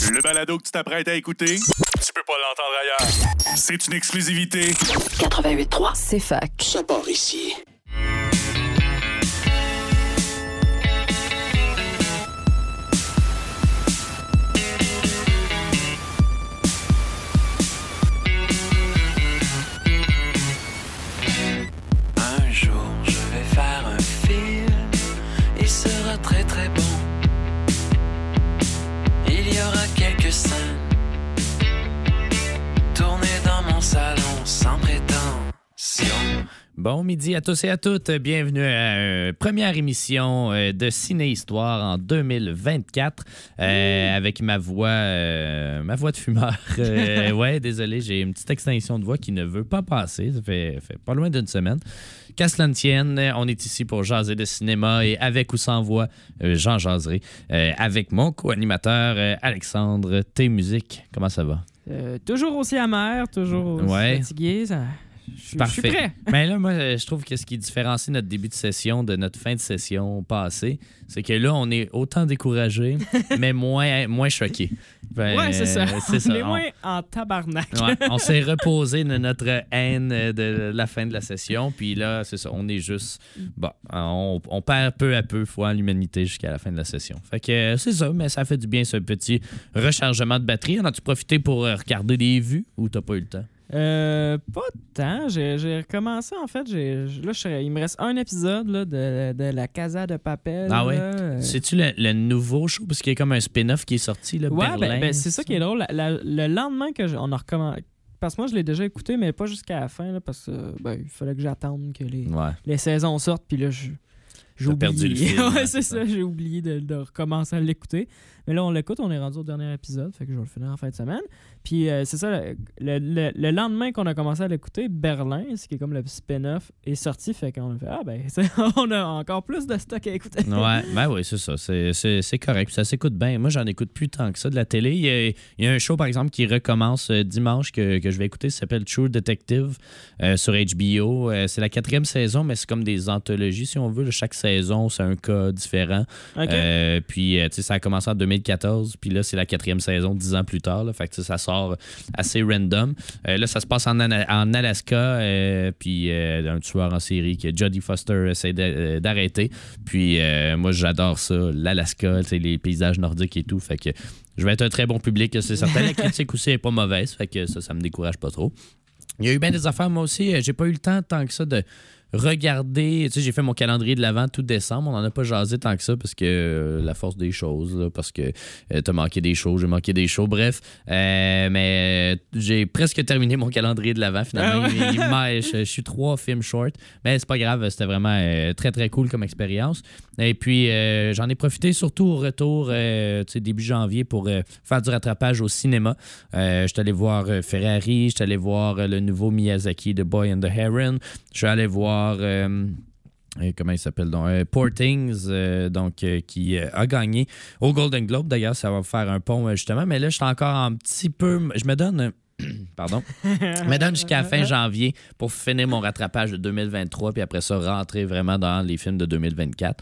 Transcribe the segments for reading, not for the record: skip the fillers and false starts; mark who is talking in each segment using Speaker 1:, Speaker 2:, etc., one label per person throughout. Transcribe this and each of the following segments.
Speaker 1: Le balado que tu t'apprêtes à écouter, tu peux pas l'entendre ailleurs. C'est une exclusivité.
Speaker 2: 88.3, c'est fac.
Speaker 3: Ça part ici.
Speaker 4: Un jour, je vais faire un film. Il sera très très bon. Il y aura quelques scènes tournées dans mon salon sans prétention.
Speaker 5: Bon midi à tous et à toutes. Bienvenue à la première émission de Ciné-Histoire en 2024 avec ma voix de fumeur. Ouais, désolé, j'ai une petite extinction de voix qui ne veut pas passer. Ça fait pas loin d'une semaine. Qu'à cela ne tienne, on est ici pour jaser de cinéma et avec ou sans voix, j'en jaserai avec mon co-animateur Alexandre T Musique. Comment ça va?
Speaker 6: Toujours aussi amer, toujours aussi fatigué. Je suis prêt.
Speaker 5: Mais là, moi, je trouve que ce qui différencie notre début de session de notre fin de session passée, c'est que là, on est autant découragé, mais moins choqué.
Speaker 6: Ouais, c'est ça. On est moins en tabarnak.
Speaker 5: Ouais, on s'est reposé de notre haine de la fin de la session, puis là, c'est ça, on est juste... Bon, on perd peu à peu foi en l'humanité jusqu'à la fin de la session. Fait que c'est ça, mais ça fait du bien, ce petit rechargement de batterie. En as-tu profité pour regarder des vues ou t'as pas eu le temps?
Speaker 6: Pas tant. J'ai recommencé, en fait. Il me reste un épisode là, de La Casa de Papel.
Speaker 5: Ah oui?
Speaker 6: Là.
Speaker 5: C'est-tu le nouveau show? Parce qu'il y a comme un spin-off qui est sorti, là,
Speaker 6: ouais,
Speaker 5: Berlin.
Speaker 6: Ben, c'est ça qui est drôle. Le lendemain on a recommencé... Parce que moi, je l'ai déjà écouté, mais pas jusqu'à la fin, là, parce que il fallait que j'attende que les saisons sortent. Puis là, j'ai oublié.
Speaker 5: Perdu le film.
Speaker 6: Ouais, c'est ça. J'ai oublié de recommencer à l'écouter. Mais là, on l'écoute. On est rendu au dernier épisode. Fait que je vais le finir en fin de semaine. Puis c'est ça. Le lendemain qu'on a commencé à l'écouter, Berlin, ce qui est comme le spin-off, est sorti. Fait qu'on a fait on a encore plus de stock à écouter.
Speaker 5: Ouais, oui, c'est ça. C'est correct. Puis ça s'écoute bien. Moi, j'en écoute plus tant que ça de la télé. Il y a un show, par exemple, qui recommence dimanche que je vais écouter. Ça s'appelle True Detective sur HBO. C'est la 4e saison, mais c'est comme des anthologies, si on veut. Chaque saison, c'est un cas différent.
Speaker 6: Okay.
Speaker 5: Puis, tu sais, ça a commencé en 2014. Puis là, c'est la 4e saison, 10 ans plus tard. Là. Fait que ça sort assez random. Là, ça se passe en Alaska. Puis, un tueur en série que Jodie Foster essaie d'arrêter. Puis, moi, j'adore ça. L'Alaska, les paysages nordiques et tout. Fait que je vais être un très bon public. C'est certain. La critique aussi n'est pas mauvaise. Fait que ça me décourage pas trop. Il y a eu bien des affaires, moi aussi. J'ai pas eu le temps tant que ça de regarder. Tu sais, j'ai fait mon calendrier de l'Avent tout décembre. On n'en a pas jasé tant que ça parce que la force des choses, là, parce que t'as manqué des shows, j'ai manqué des shows. Bref, mais j'ai presque terminé mon calendrier de l'Avent finalement. Je suis 3 films short. Mais c'est pas grave, c'était vraiment très très cool comme expérience. Et puis, j'en ai profité surtout au retour début janvier pour faire du rattrapage au cinéma. Je suis allé voir Ferrari, je suis allé voir le nouveau Miyazaki, The Boy and the Heron. Je suis allé voir comment il s'appelle donc? Poor Things, qui a gagné au Golden Globe. D'ailleurs, ça va faire un pont justement. Mais là, je suis encore un petit peu... Je me donne... Pardon. Je me donne jusqu'à fin janvier pour finir mon rattrapage de 2023 puis après ça, rentrer vraiment dans les films de 2024.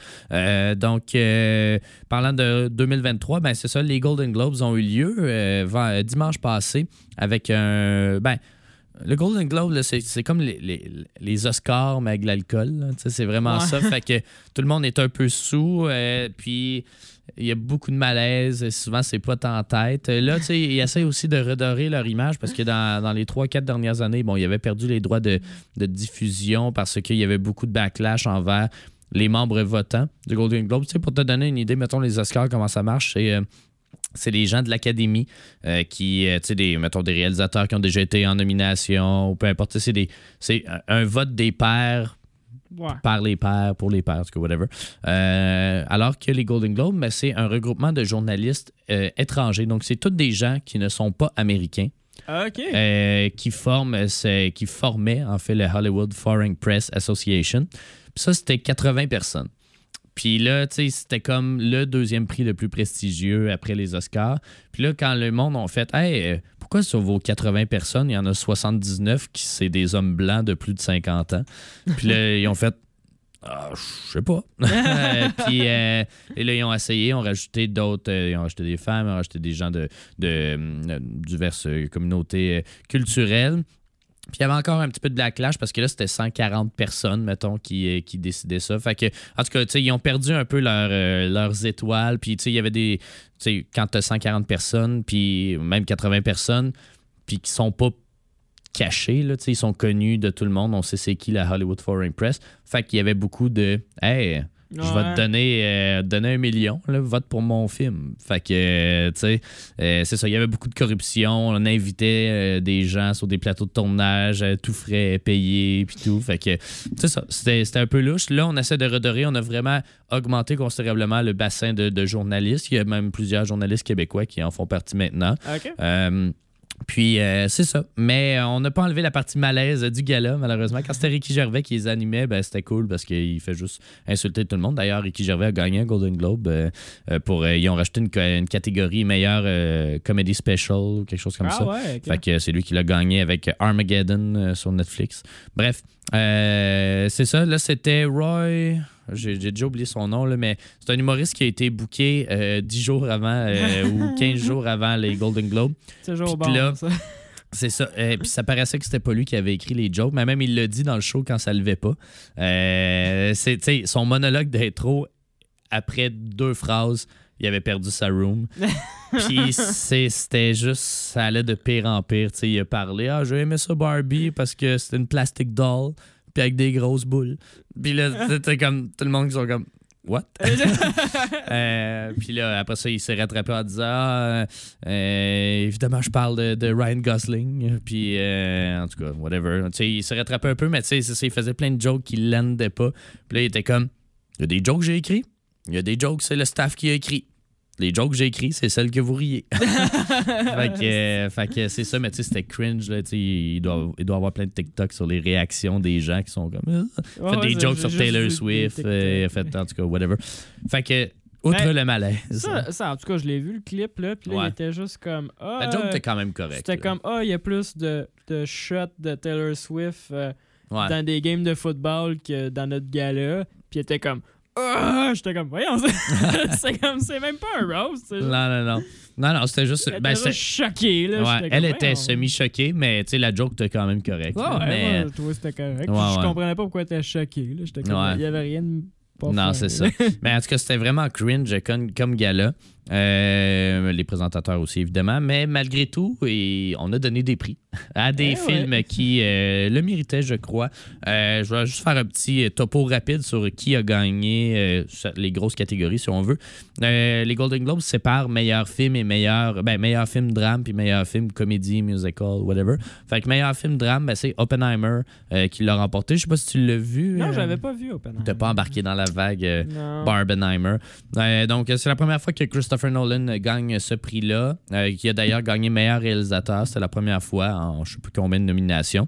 Speaker 5: Parlant de 2023, ben c'est ça, les Golden Globes ont eu lieu dimanche passé avec un... Le Golden Globe, là, c'est comme les Oscars, mais avec de l'alcool. C'est vraiment ça. Fait que tout le monde est un peu sous. Puis il y a beaucoup de malaise. Souvent, c'est pas en tête. Là, ils essaient aussi de redorer leur image parce que dans les 3-4 dernières années, ils avaient perdu les droits de diffusion parce qu'il y avait beaucoup de backlash envers les membres votants du Golden Globe. Pour te donner une idée, mettons les Oscars, comment ça marche, c'est les gens de l'Académie des réalisateurs qui ont déjà été en nomination, ou peu importe. C'est un vote des pairs par les pairs, pour les pairs, en tout cas, whatever. Alors que les Golden Globes, c'est un regroupement de journalistes étrangers. Donc, c'est tous des gens qui ne sont pas américains.
Speaker 6: OK.
Speaker 5: Qui formaient, en fait, le Hollywood Foreign Press Association. Puis ça, c'était 80 personnes. Puis là, tu sais, c'était comme le 2e prix le plus prestigieux après les Oscars. Puis là, quand le monde a fait « Hey, pourquoi sur vos 80 personnes, il y en a 79 qui c'est des hommes blancs de plus de 50 ans? » Puis là, ils ont fait Je sais pas. Puis et là, ils ont essayé, ils ont rajouté d'autres, ils ont rajouté des femmes, ils ont rajouté des gens de diverses communautés culturelles. Puis il y avait encore un petit peu de backlash parce que là, c'était 140 personnes, mettons, qui décidaient ça. Fait que, en tout cas, tu sais, ils ont perdu un peu leurs étoiles. Puis, tu sais, il y avait des. Tu sais, quand tu as 140 personnes, puis même 80 personnes, puis qui sont pas cachés, là, tu sais, ils sont connus de tout le monde. On sait c'est qui la Hollywood Foreign Press. Fait qu'il y avait beaucoup de. Hey, je vais te donner 1 million, là, vote pour mon film. Fait que, tu sais, c'est ça. Il y avait beaucoup de corruption. On invitait des gens sur des plateaux de tournage, tout frais payés, puis tout. Fait que, c'est ça. C'était un peu louche. Là, on essaie de redorer. On a vraiment augmenté considérablement le bassin de journalistes. Il y a même plusieurs journalistes québécois qui en font partie maintenant.
Speaker 6: OK.
Speaker 5: Puis, c'est ça. Mais on n'a pas enlevé la partie malaise du gala, malheureusement. Quand c'était Ricky Gervais qui les animait, ben, c'était cool parce qu'il fait juste insulter tout le monde. D'ailleurs, Ricky Gervais a gagné un Golden Globe. Ils ont rajouté une catégorie meilleure comedy special ou quelque chose comme ça.
Speaker 6: Ouais, okay.
Speaker 5: Fait que c'est lui qui l'a gagné avec Armageddon sur Netflix. Bref, c'est ça. Là, c'était Roy... J'ai déjà oublié son nom, là, mais c'est un humoriste qui a été booké 10 jours avant ou 15 jours avant les Golden Globes.
Speaker 6: C'est toujours
Speaker 5: Puis
Speaker 6: bon,
Speaker 5: là,
Speaker 6: ça.
Speaker 5: C'est ça. Puis ça paraissait que c'était pas lui qui avait écrit les jokes, mais même il l'a dit dans le show quand ça levait pas. C'est son monologue d'intro, après 2 phrases, il avait perdu sa room. Puis c'était juste, ça allait de pire en pire. T'sais, il a parlé, j'ai aimé ça Barbie parce que c'était une plastic doll, puis avec des grosses boules. Puis là, c'était comme tout le monde qui sont comme what? Puis là, après ça, il s'est rattrapé en disant évidemment, je parle de Ryan Gosling. Puis en tout cas, whatever. T'sais, il s'est rattrapé un peu, mais tu sais, il faisait plein de jokes qui landaient pas. Puis là, il était comme il y a des jokes que j'ai écrits, il y a des jokes, c'est le staff qui a écrit. Les jokes que j'ai écrits, c'est celles que vous riez. fait que c'est ça, mais tu sais, c'était cringe. Là, il doit avoir plein de TikTok sur les réactions des gens qui sont comme. Fait des jokes sur Taylor Swift. Fait, en tout cas, whatever. Fait que, outre le malaise.
Speaker 6: Ça, en tout cas, je l'ai vu le clip, là. Puis là, il était juste comme.
Speaker 5: La joke était quand même correcte.
Speaker 6: C'était comme, il y a plus de shots de Taylor Swift dans des games de football que dans notre gala. Puis il était comme. J'étais comme, voyons, c'est même pas un roast. Non, c'était juste. J'étais juste choqué. Là,
Speaker 5: ouais, elle était semi-choquée, mais tu sais, la joke était quand même correcte.
Speaker 6: Ouais, je trouvais que c'était correct. Je comprenais pas pourquoi elle était choquée. J'étais comme, il y avait rien de pas
Speaker 5: non,
Speaker 6: faire,
Speaker 5: c'est ça. Mais en tout cas, c'était vraiment cringe comme gala. Les présentateurs aussi, évidemment. Mais malgré tout, on a donné des prix à des films qui le méritaient, je crois. Je vais juste faire un petit topo rapide sur qui a gagné les grosses catégories, si on veut. Les Golden Globes séparent meilleur film et meilleur film drame puis meilleur film comédie, musical, whatever. Fait que meilleur film drame, c'est Oppenheimer qui l'a remporté. Je sais pas si tu l'as vu.
Speaker 6: Non, j'avais pas vu Oppenheimer.
Speaker 5: T'as pas embarqué dans la vague Barbenheimer. Donc, c'est la première fois que Christopher Nolan gagne ce prix-là, qui a d'ailleurs gagné meilleur réalisateur. C'était la première fois en je ne sais plus combien de nominations.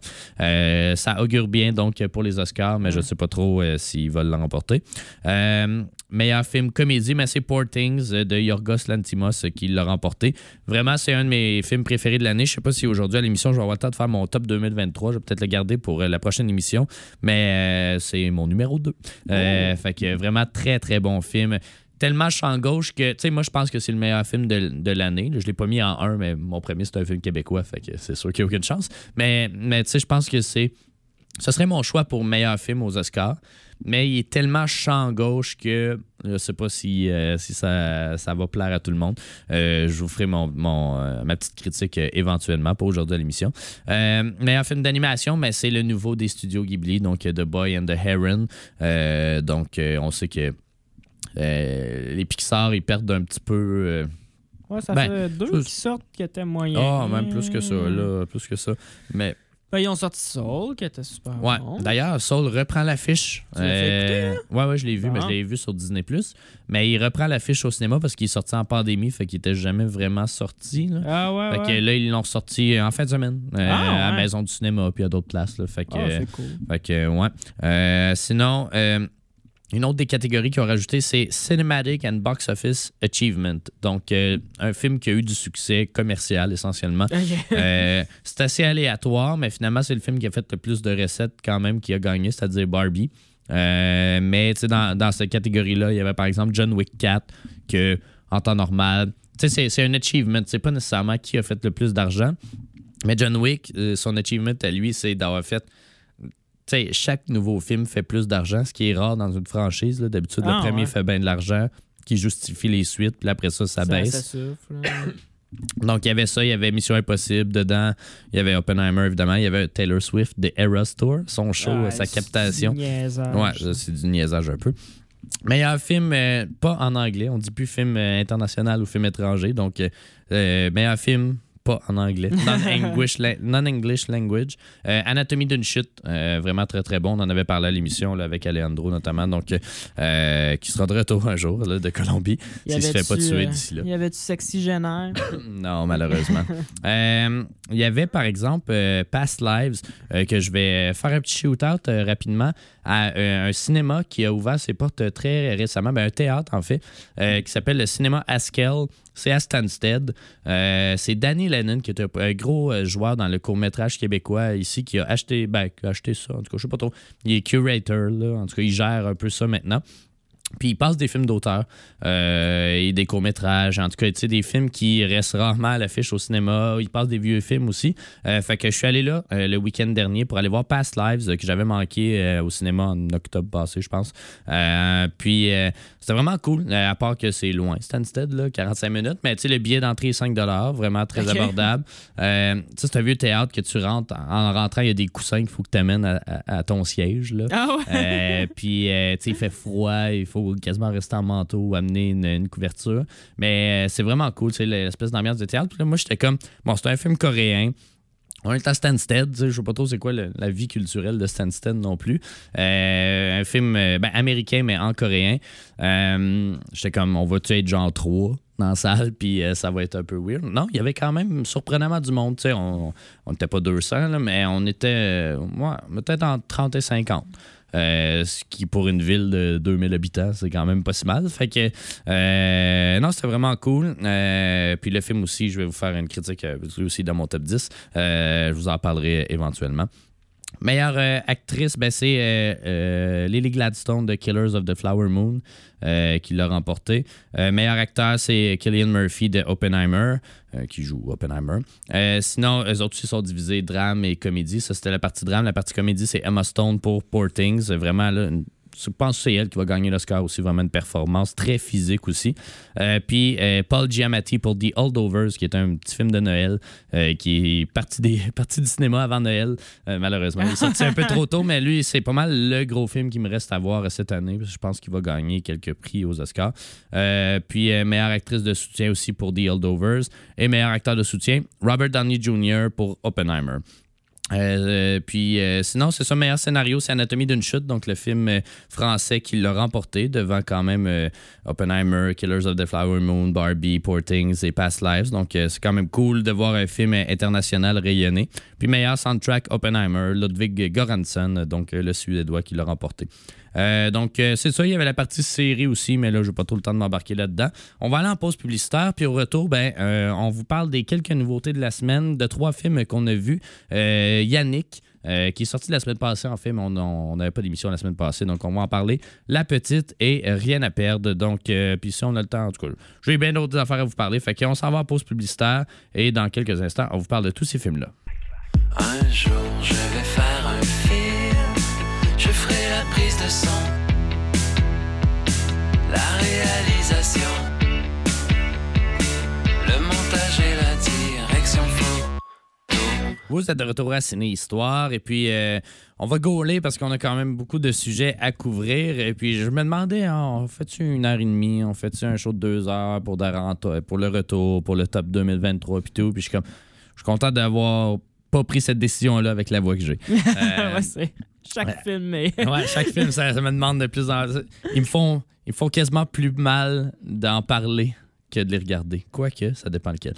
Speaker 5: Ça augure bien donc pour les Oscars, mais je ne sais pas trop s'ils veulent l'en remporter. Meilleur film comédie, mais c'est Poor Things de Yorgos Lanthimos qui l'a remporté. Vraiment, c'est un de mes films préférés de l'année. Je ne sais pas si aujourd'hui à l'émission, je vais avoir le temps de faire mon top 2023. Je vais peut-être le garder pour la prochaine émission, mais c'est mon numéro 2. Fait que vraiment très, très bon film. Tellement champ gauche que, tu sais, moi, je pense que c'est le meilleur film de l'année. Je ne l'ai pas mis en 1, mais mon premier, c'est un film québécois, fait que c'est sûr qu'il n'y a aucune chance. Mais tu sais, je pense que ce serait mon choix pour meilleur film aux Oscars. Mais il est tellement champ gauche que je ne sais pas si ça va plaire à tout le monde. Je vous ferai ma petite critique éventuellement, pas aujourd'hui à l'émission. Meilleur film d'animation, mais c'est le nouveau des studios Ghibli, donc The Boy and the Heron. Donc, on sait que les Pixar, ils perdent un petit peu.
Speaker 6: Ça fait 2 qui sortent qui étaient moyens.
Speaker 5: Même plus que ça, là. Plus que ça. Mais.
Speaker 6: Ils ont sorti Soul, qui était super bon.
Speaker 5: D'ailleurs, Soul reprend l'affiche.
Speaker 6: Tu l'as fait écouter, hein?
Speaker 5: Ouais, je l'ai vu, mais je l'ai vu sur Disney+. Mais il reprend l'affiche au cinéma parce qu'il est sorti en pandémie, fait qu'il était jamais vraiment sorti. Là. Fait que là, ils l'ont sorti en fin de semaine à la Maison du cinéma, puis à d'autres places. Là. Fait que,
Speaker 6: c'est cool.
Speaker 5: Fait que, ouais. Sinon... une autre des catégories qu'ils ont rajouté, c'est Cinematic and Box Office Achievement. Donc, un film qui a eu du succès commercial, essentiellement. C'est assez aléatoire, mais finalement, c'est le film qui a fait le plus de recettes quand même qui a gagné, c'est-à-dire Barbie. Mais dans cette catégorie-là, il y avait par exemple John Wick 4, que en temps normal, c'est un achievement. C'est pas nécessairement qui a fait le plus d'argent. Mais John Wick, son achievement à lui, c'est d'avoir fait. Chaque nouveau film fait plus d'argent, ce qui est rare dans une franchise. Là. D'habitude, le premier fait bien de l'argent, qui justifie les suites, puis après ça baisse.
Speaker 6: Ça souffle.
Speaker 5: Donc, il y avait ça, il y avait Mission Impossible dedans, il y avait Oppenheimer, évidemment, il y avait Taylor Swift de Eras Tour, son show, sa captation.
Speaker 6: C'est du niaisage.
Speaker 5: Ouais, c'est du niaisage un peu. Meilleur film, pas en anglais, on dit plus film international ou film étranger, donc meilleur film, pas en anglais, non-English language. Anatomie d'une chute, vraiment très très bon. On en avait parlé à l'émission là, avec Alejandro notamment, donc qui sera de retour un jour là, de Colombie, s'il se fait pas tuer d'ici là.
Speaker 6: Y avait-tu Sexygénaire?
Speaker 5: Non, malheureusement. Il y avait par exemple Past Lives, que je vais faire un petit shoot-out rapidement, à un cinéma qui a ouvert ses portes très récemment, un théâtre en fait, qui s'appelle le cinéma Haskell. C'est à Stansted. C'est Danny Lennon, qui est un gros joueur dans le court-métrage québécois ici, qui a acheté ça. En tout cas, je sais pas trop. Il est curator, là. En tout cas, il gère un peu ça maintenant. Puis il passe des films d'auteur et des courts-métrages. En tout cas, tu sais, des films qui restent rarement à l'affiche au cinéma. Il passe des vieux films aussi. Fait que je suis allé là le week-end dernier pour aller voir Past Lives que j'avais manqué au cinéma en octobre passé, je pense. Puis c'était vraiment cool, à part que c'est loin. Stansted, là, 45 minutes. Mais tu sais, le billet d'entrée est 5 $, vraiment très abordable. Tu sais, c'est un vieux théâtre que tu rentres. En rentrant, il y a des coussins qu'il faut que tu amènes à ton siège. Là.
Speaker 6: Ah ouais?
Speaker 5: Puis, tu sais, il fait froid. Il faut quasiment rester en manteau ou amener une couverture. Mais c'est vraiment cool, tu sais, l'espèce d'ambiance de théâtre. Puis là, moi, j'étais comme, bon, c'est un film coréen. On est à Stansted, je sais pas trop c'est quoi la vie culturelle de Stansted non plus. Un film américain, mais en coréen. J'étais comme, on va-tu être genre 3 dans la salle, puis ça va être un peu weird. Non, il y avait quand même surprenamment du monde. On n'était pas 200, là, mais on était peut-être entre 30 et 50. Ce qui, pour une ville de 2000 habitants, c'est quand même pas si mal. Fait que, non, c'était vraiment cool. Puis le film aussi, je vais vous faire une critique aussi dans mon top 10. Je vous en parlerai éventuellement. Meilleure actrice, c'est Lily Gladstone de Killers of the Flower Moon qui l'a remporté. Meilleur acteur, c'est Cillian Murphy de Oppenheimer qui joue Oppenheimer. Sinon, eux autres aussi sont divisés drame et comédie. Ça, c'était la partie drame. La partie comédie, c'est Emma Stone pour Poor Things. Vraiment, là, je pense que c'est elle qui va gagner l'Oscar aussi, vraiment une performance très physique aussi. Puis Paul Giamatti pour The Holdovers, qui est un petit film de Noël qui est parti du cinéma avant Noël, malheureusement. Il est sorti un peu trop tôt, mais lui, c'est pas mal le gros film qui me reste à voir cette année. Je pense qu'il va gagner quelques prix aux Oscars. Puis meilleure actrice de soutien aussi pour The Holdovers. Et meilleur acteur de soutien, Robert Downey Jr. pour Oppenheimer. Puis sinon, c'est ça, meilleur scénario, c'est Anatomie d'une chute, donc le film français qui l'a remporté devant quand même Oppenheimer, Killers of the Flower Moon, Barbie, Poor Things et Past Lives. Donc c'est quand même cool de voir un film international rayonner. Puis meilleur soundtrack, Oppenheimer, Ludwig Göransson, donc le Suédois qui l'a remporté. Donc, c'est ça, il y avait la partie série aussi, mais là, je n'ai pas trop le temps de m'embarquer là-dedans. On va aller en pause publicitaire, puis au retour, on vous parle des quelques nouveautés de la semaine, de 3 films qu'on a vus. Yannick, qui est sorti la semaine passée, en fait, mais on n'avait pas d'émission la semaine passée, donc on va en parler. La petite et Rien à perdre. Donc, puis si on a le temps, en tout cas, j'ai bien d'autres affaires à vous parler. Fait qu'on s'en va en pause publicitaire, et dans quelques instants, on vous parle de tous ces films-là.
Speaker 4: Un jour, je vais faire un film. Je ferai la prise de son, la réalisation, le montage et la direction photo.
Speaker 5: Vous êtes de retour à Ciné Histoire et puis on va gauler parce qu'on a quand même beaucoup de sujets à couvrir. Et puis je me demandais, on fait-tu 1h30, on fait-tu un show de 2 heures pour le retour, pour le top 2023 puis tout. Puis je suis content d'avoir pas pris cette décision-là avec la voix que j'ai.
Speaker 6: Ouais, c'est chaque film, mais...
Speaker 5: Ouais, chaque film, ça me demande de plus en... Ils me font quasiment plus mal d'en parler que de les regarder. Quoique, ça dépend lequel.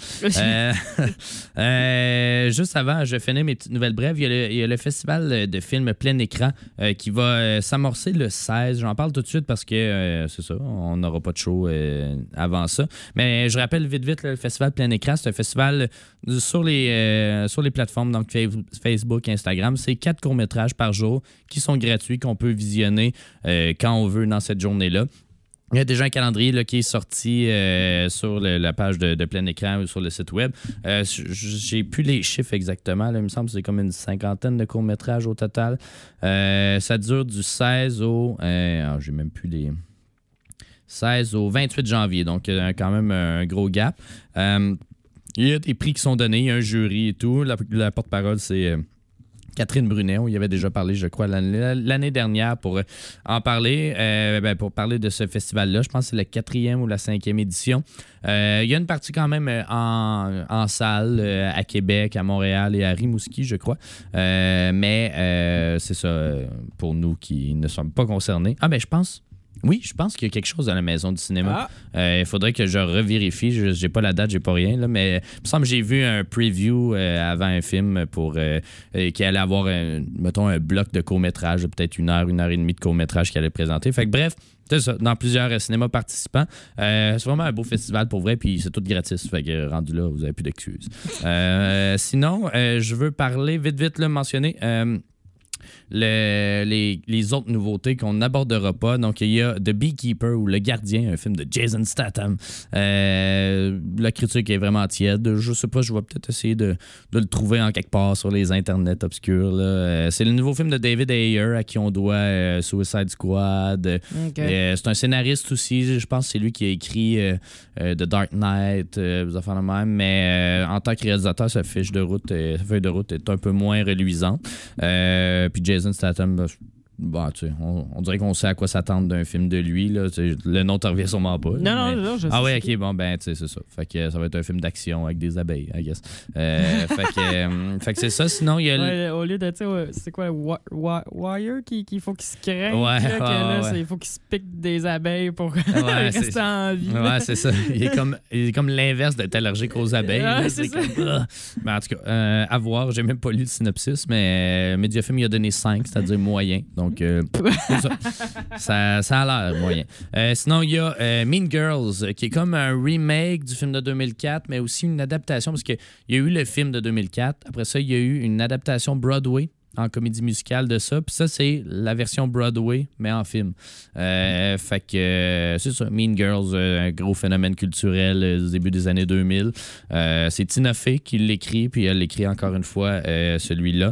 Speaker 5: Juste avant, je finis mes petites nouvelles brèves. Il y a le festival de films plein écran qui va s'amorcer le 16. J'en parle tout de suite parce que c'est ça, on n'aura pas de show avant ça. Mais je rappelle vite, le festival plein écran, c'est un festival sur les plateformes, donc Facebook, Instagram. C'est 4 courts-métrages par jour qui sont gratuits, qu'on peut visionner quand on veut dans cette journée-là. Il y a déjà un calendrier là, qui est sorti sur la page de plein écran ou sur le site web. J'ai plus les chiffres exactement. Là, il me semble que c'est comme une 50aine de courts-métrages au total. Ça dure du 16 au... j'ai même plus les... 16 au 28 janvier. Donc, quand même un gros gap. Il y a des prix qui sont donnés. Il y a un jury et tout. La porte-parole, c'est... Catherine Brunet, on y avait déjà parlé, je crois, l'année dernière pour en parler, pour parler de ce festival-là. Je pense que c'est la 4e ou la 5e édition. Il y a une partie quand même en salle à Québec, à Montréal et à Rimouski, je crois. Mais c'est ça, pour nous qui ne sommes pas concernés. Ah, ben je pense... Oui, je pense qu'il y a quelque chose dans la maison du cinéma. Il faudrait que je revérifie. Je n'ai pas la date, j'ai pas rien. Là, mais il me semble que j'ai vu un preview avant un film qui allait avoir, mettons, un bloc de court-métrage, peut-être 1 heure et demie de court-métrage qu'il allait présenter. Fait que bref, c'est ça, dans plusieurs cinémas participants. C'est vraiment un beau festival pour vrai, puis c'est tout gratis. Fait que rendu là, vous n'avez plus d'excuses. Sinon, je veux parler vite, mentionner... les autres nouveautés qu'on n'abordera pas. Donc, il y a The Beekeeper ou Le Gardien, un film de Jason Statham. La critique est vraiment tiède. Je sais pas, je vais peut-être essayer de le trouver en quelque part sur les internets obscurs. Là. C'est le nouveau film de David Ayer à qui on doit Suicide Squad. Okay. C'est un scénariste aussi. Je pense que c'est lui qui a écrit The Dark Knight, vous affaires de même. Mais en tant que réalisateur, sa feuille de route est un peu moins reluisante. Puis Jason Statham, tu sais, on dirait qu'on sait à quoi s'attendre d'un film de lui. Là. Le nom te revient sûrement pas.
Speaker 6: Non, je sais.
Speaker 5: Ah ouais, ok, bon, ben, tu sais, c'est ça. Fait que ça va être un film d'action avec des abeilles, I guess. Fait que c'est ça. Sinon, il y a...
Speaker 6: au lieu de, tu sais, c'est quoi, Wire qu'il faut qu'il se craigne, il faut qu'il se pique des abeilles pour rester en vie.
Speaker 5: Ouais, c'est ça. Il est comme l'inverse d'être allergique aux abeilles. C'est comme... Mais en tout cas, à voir. J'ai même pas lu le synopsis, mais Mediafilm, il a donné 5, c'est-à-dire moyen. Donc, ça a l'air moyen. Sinon, il y a Mean Girls, qui est comme un remake du film de 2004, mais aussi une adaptation, parce qu'il y a eu le film de 2004. Après ça, il y a eu une adaptation Broadway en comédie musicale de ça. Puis ça, c'est la version Broadway, mais en film. Fait que c'est ça, Mean Girls, un gros phénomène culturel du début des années 2000. C'est Tina Fey qui l'écrit, puis elle l'écrit encore une fois, celui-là.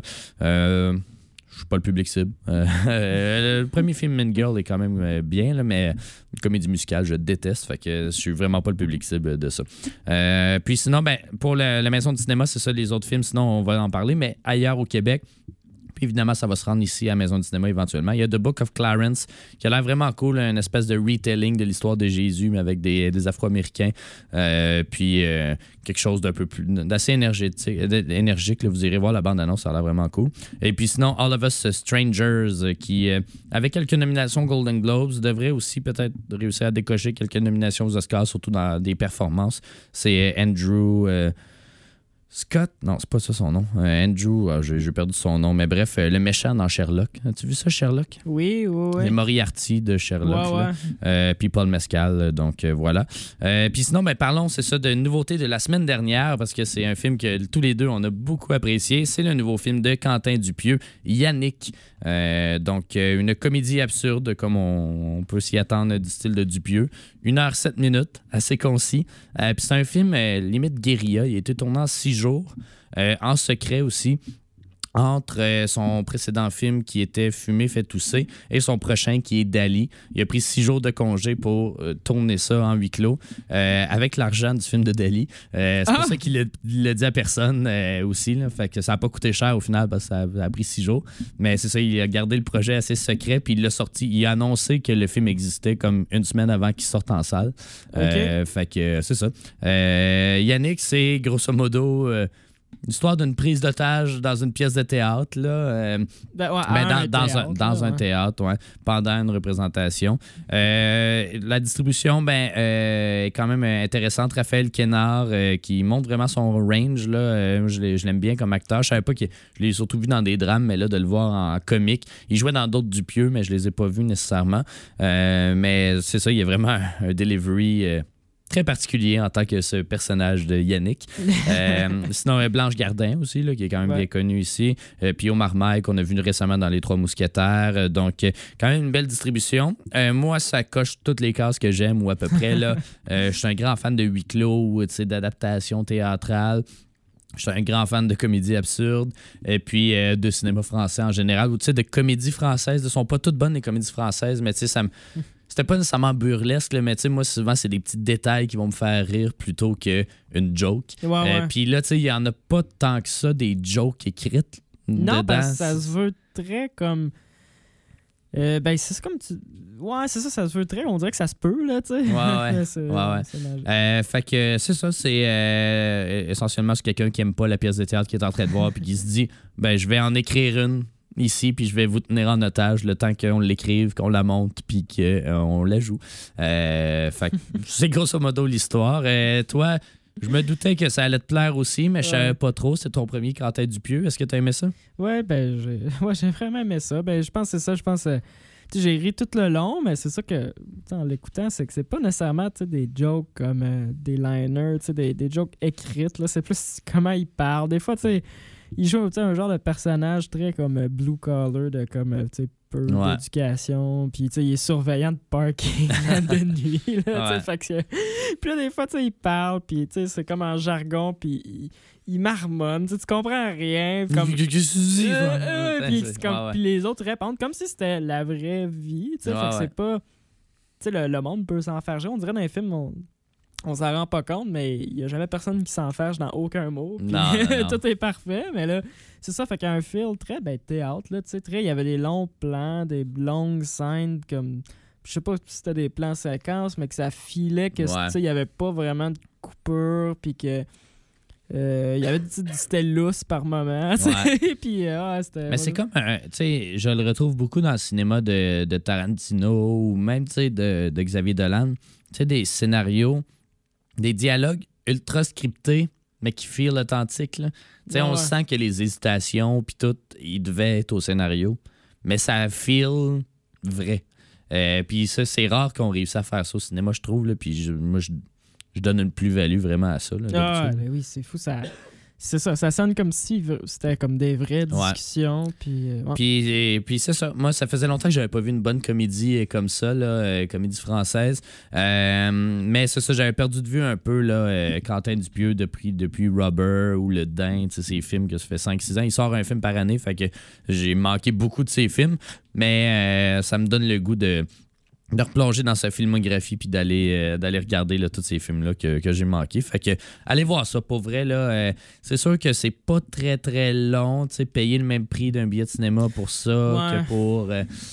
Speaker 5: Je suis pas le public cible. Le premier film Mean Girl est quand même bien, là, mais une comédie musicale, je déteste. Fait que je suis vraiment pas le public cible de ça. Puis sinon, pour la maison de cinéma, c'est ça, les autres films. Sinon, on va en parler. Mais ailleurs au Québec, puis évidemment, ça va se rendre ici à la Maison du cinéma éventuellement. Il y a The Book of Clarence, qui a l'air vraiment cool, une espèce de retelling de l'histoire de Jésus, mais avec des Afro-Américains. Puis quelque chose d'assez énergique. Là, vous irez voir la bande-annonce, ça a l'air vraiment cool. Et puis sinon, All of Us Strangers, qui, avec quelques nominations Golden Globes, devrait aussi peut-être réussir à décocher quelques nominations aux Oscars, surtout dans des performances. C'est Andrew... Scott? Non, c'est pas ça son nom. Andrew, j'ai perdu son nom, mais bref, le méchant dans Sherlock. As-tu vu ça, Sherlock?
Speaker 6: Oui.
Speaker 5: Les Moriarty de Sherlock.
Speaker 6: Ouais.
Speaker 5: Puis Paul Mescal, donc voilà. Puis sinon, parlons, c'est ça, de nouveauté de la semaine dernière, parce que c'est un film que tous les deux, on a beaucoup apprécié. C'est le nouveau film de Quentin Dupieux, Yannick. Donc, une comédie absurde, comme on peut s'y attendre du style de Dupieux. 1h07, assez concis. Puis c'est un film limite guérilla. Il a été tourné en 6 jours, en secret aussi, entre son précédent film qui était Fumer fait tousser et son prochain qui est Dali. Il a pris 6 jours de congé pour tourner ça en huis clos avec l'argent du film de Dali. C'est pour ça qu'il l'a dit à personne aussi. Là. Fait que ça n'a pas coûté cher au final parce que ça a pris 6 jours. Mais c'est ça, il a gardé le projet assez secret puis il l'a sorti. Il a annoncé que le film existait comme une semaine avant qu'il sorte en salle. Okay. Fait que c'est ça. Yannick, c'est grosso modo... l'histoire d'une prise d'otage dans une pièce de théâtre, là. Dans un théâtre, ouais, pendant une représentation. La distribution, est quand même intéressante. Raphaël Quénard, qui montre vraiment son range, là. Je l'aime bien comme acteur. Je savais pas que je l'ai surtout vu dans des drames, mais là, de le voir en comique. Il jouait dans d'autres Dupieux, mais je les ai pas vus nécessairement. Mais c'est ça, il y a vraiment un delivery très particulier en tant que ce personnage de Yannick. Sinon, Blanche Gardin aussi, là, qui est quand même bien connue ici. Puis Omar Maille, qu'on a vu récemment dans Les Trois Mousquetaires. Donc, quand même une belle distribution. Moi, ça coche toutes les cases que j'aime, ou à peu près. Là, je suis un grand fan de huis clos, d'adaptation théâtrale. Je suis un grand fan de comédie absurde et puis de cinéma français en général, ou de comédies françaises. Elles ne sont pas toutes bonnes, les comédies françaises, mais c'était pas nécessairement burlesque, là, mais moi, souvent, c'est des petits détails qui vont me faire rire plutôt qu'une joke. Puis là, il y en a pas tant que ça, des jokes écrites.
Speaker 6: Non,
Speaker 5: dedans.
Speaker 6: parce que ça se veut très comme... c'est comme tu... Ouais, c'est ça, ça se veut très... On dirait que ça se peut, là, tu sais.
Speaker 5: Ouais. Fait que c'est ça, c'est essentiellement c'est quelqu'un qui aime pas la pièce de théâtre qu'il est en train de voir puis qui se dit, je vais en écrire une ici puis je vais vous tenir en otage le temps qu'on l'écrive, qu'on la monte puis qu'on la joue. Fait que c'est grosso modo l'histoire. Toi... Je me doutais que ça allait te plaire aussi, mais je savais pas trop. C'est ton premier Quentin Dupieux. Est-ce que tu as aimé ça?
Speaker 6: Ouais, j'ai vraiment aimé ça. Je pense que c'est ça. Je pense j'ai ri tout le long, mais c'est ça que, en l'écoutant, c'est que c'est pas nécessairement des jokes comme des liners, des jokes écrites. Là. C'est plus comment il parle. Des fois, il joue un genre de personnage très comme blue collar, de comme, peu d'éducation, puis il est surveillant de parking de nuit. Là, puis là, des fois, il parle, puis c'est comme en jargon, puis il marmonne, tu comprends rien. Comme, puis les autres répondent comme si c'était la vraie vie. Fait que c'est pas... Le monde peut s'enfarger. On dirait dans les films, on s'en rend pas compte, mais il n'y a jamais personne qui s'enferge dans aucun mot. Non. Tout est parfait, mais là, c'est ça, fait qu'il y a un feel très théâtre. Là, il y avait des longs plans, des longues scènes, comme, je sais pas si c'était des plans séquences, mais que ça filait que il n'y avait pas vraiment de coupure, puis que il y avait c'était lousse par moment. Puis, c'était,
Speaker 5: mais c'est comme je le retrouve beaucoup dans le cinéma de Tarantino ou même de Xavier Dolan. Des scénarios, des dialogues ultra scriptés, mais qui feel authentique. On sent que les hésitations, puis tout, ils devaient être au scénario, mais ça feel vrai. Puis ça, c'est rare qu'on réussisse à faire ça au cinéma, je trouve. Puis je donne une plus-value vraiment à ça.
Speaker 6: Mais oui, c'est fou. C'est ça, ça sonne comme si c'était comme des vraies discussions.
Speaker 5: Puis c'est ça. Moi, ça faisait longtemps que j'avais pas vu une bonne comédie comme ça, comédie française. Mais c'est ça, j'avais perdu de vue un peu Quentin Dupieux depuis Rubber ou Le Dain, ces films que ça fait 5-6 ans. Il sort un film par année, fait que j'ai manqué beaucoup de ces films. Mais ça me donne le goût de replonger dans sa filmographie puis d'aller regarder tous ces films-là que j'ai manqués. Fait que allez voir ça, pour vrai. Là, c'est sûr que c'est pas très très long. Payer le même prix d'un billet de cinéma pour ça que pour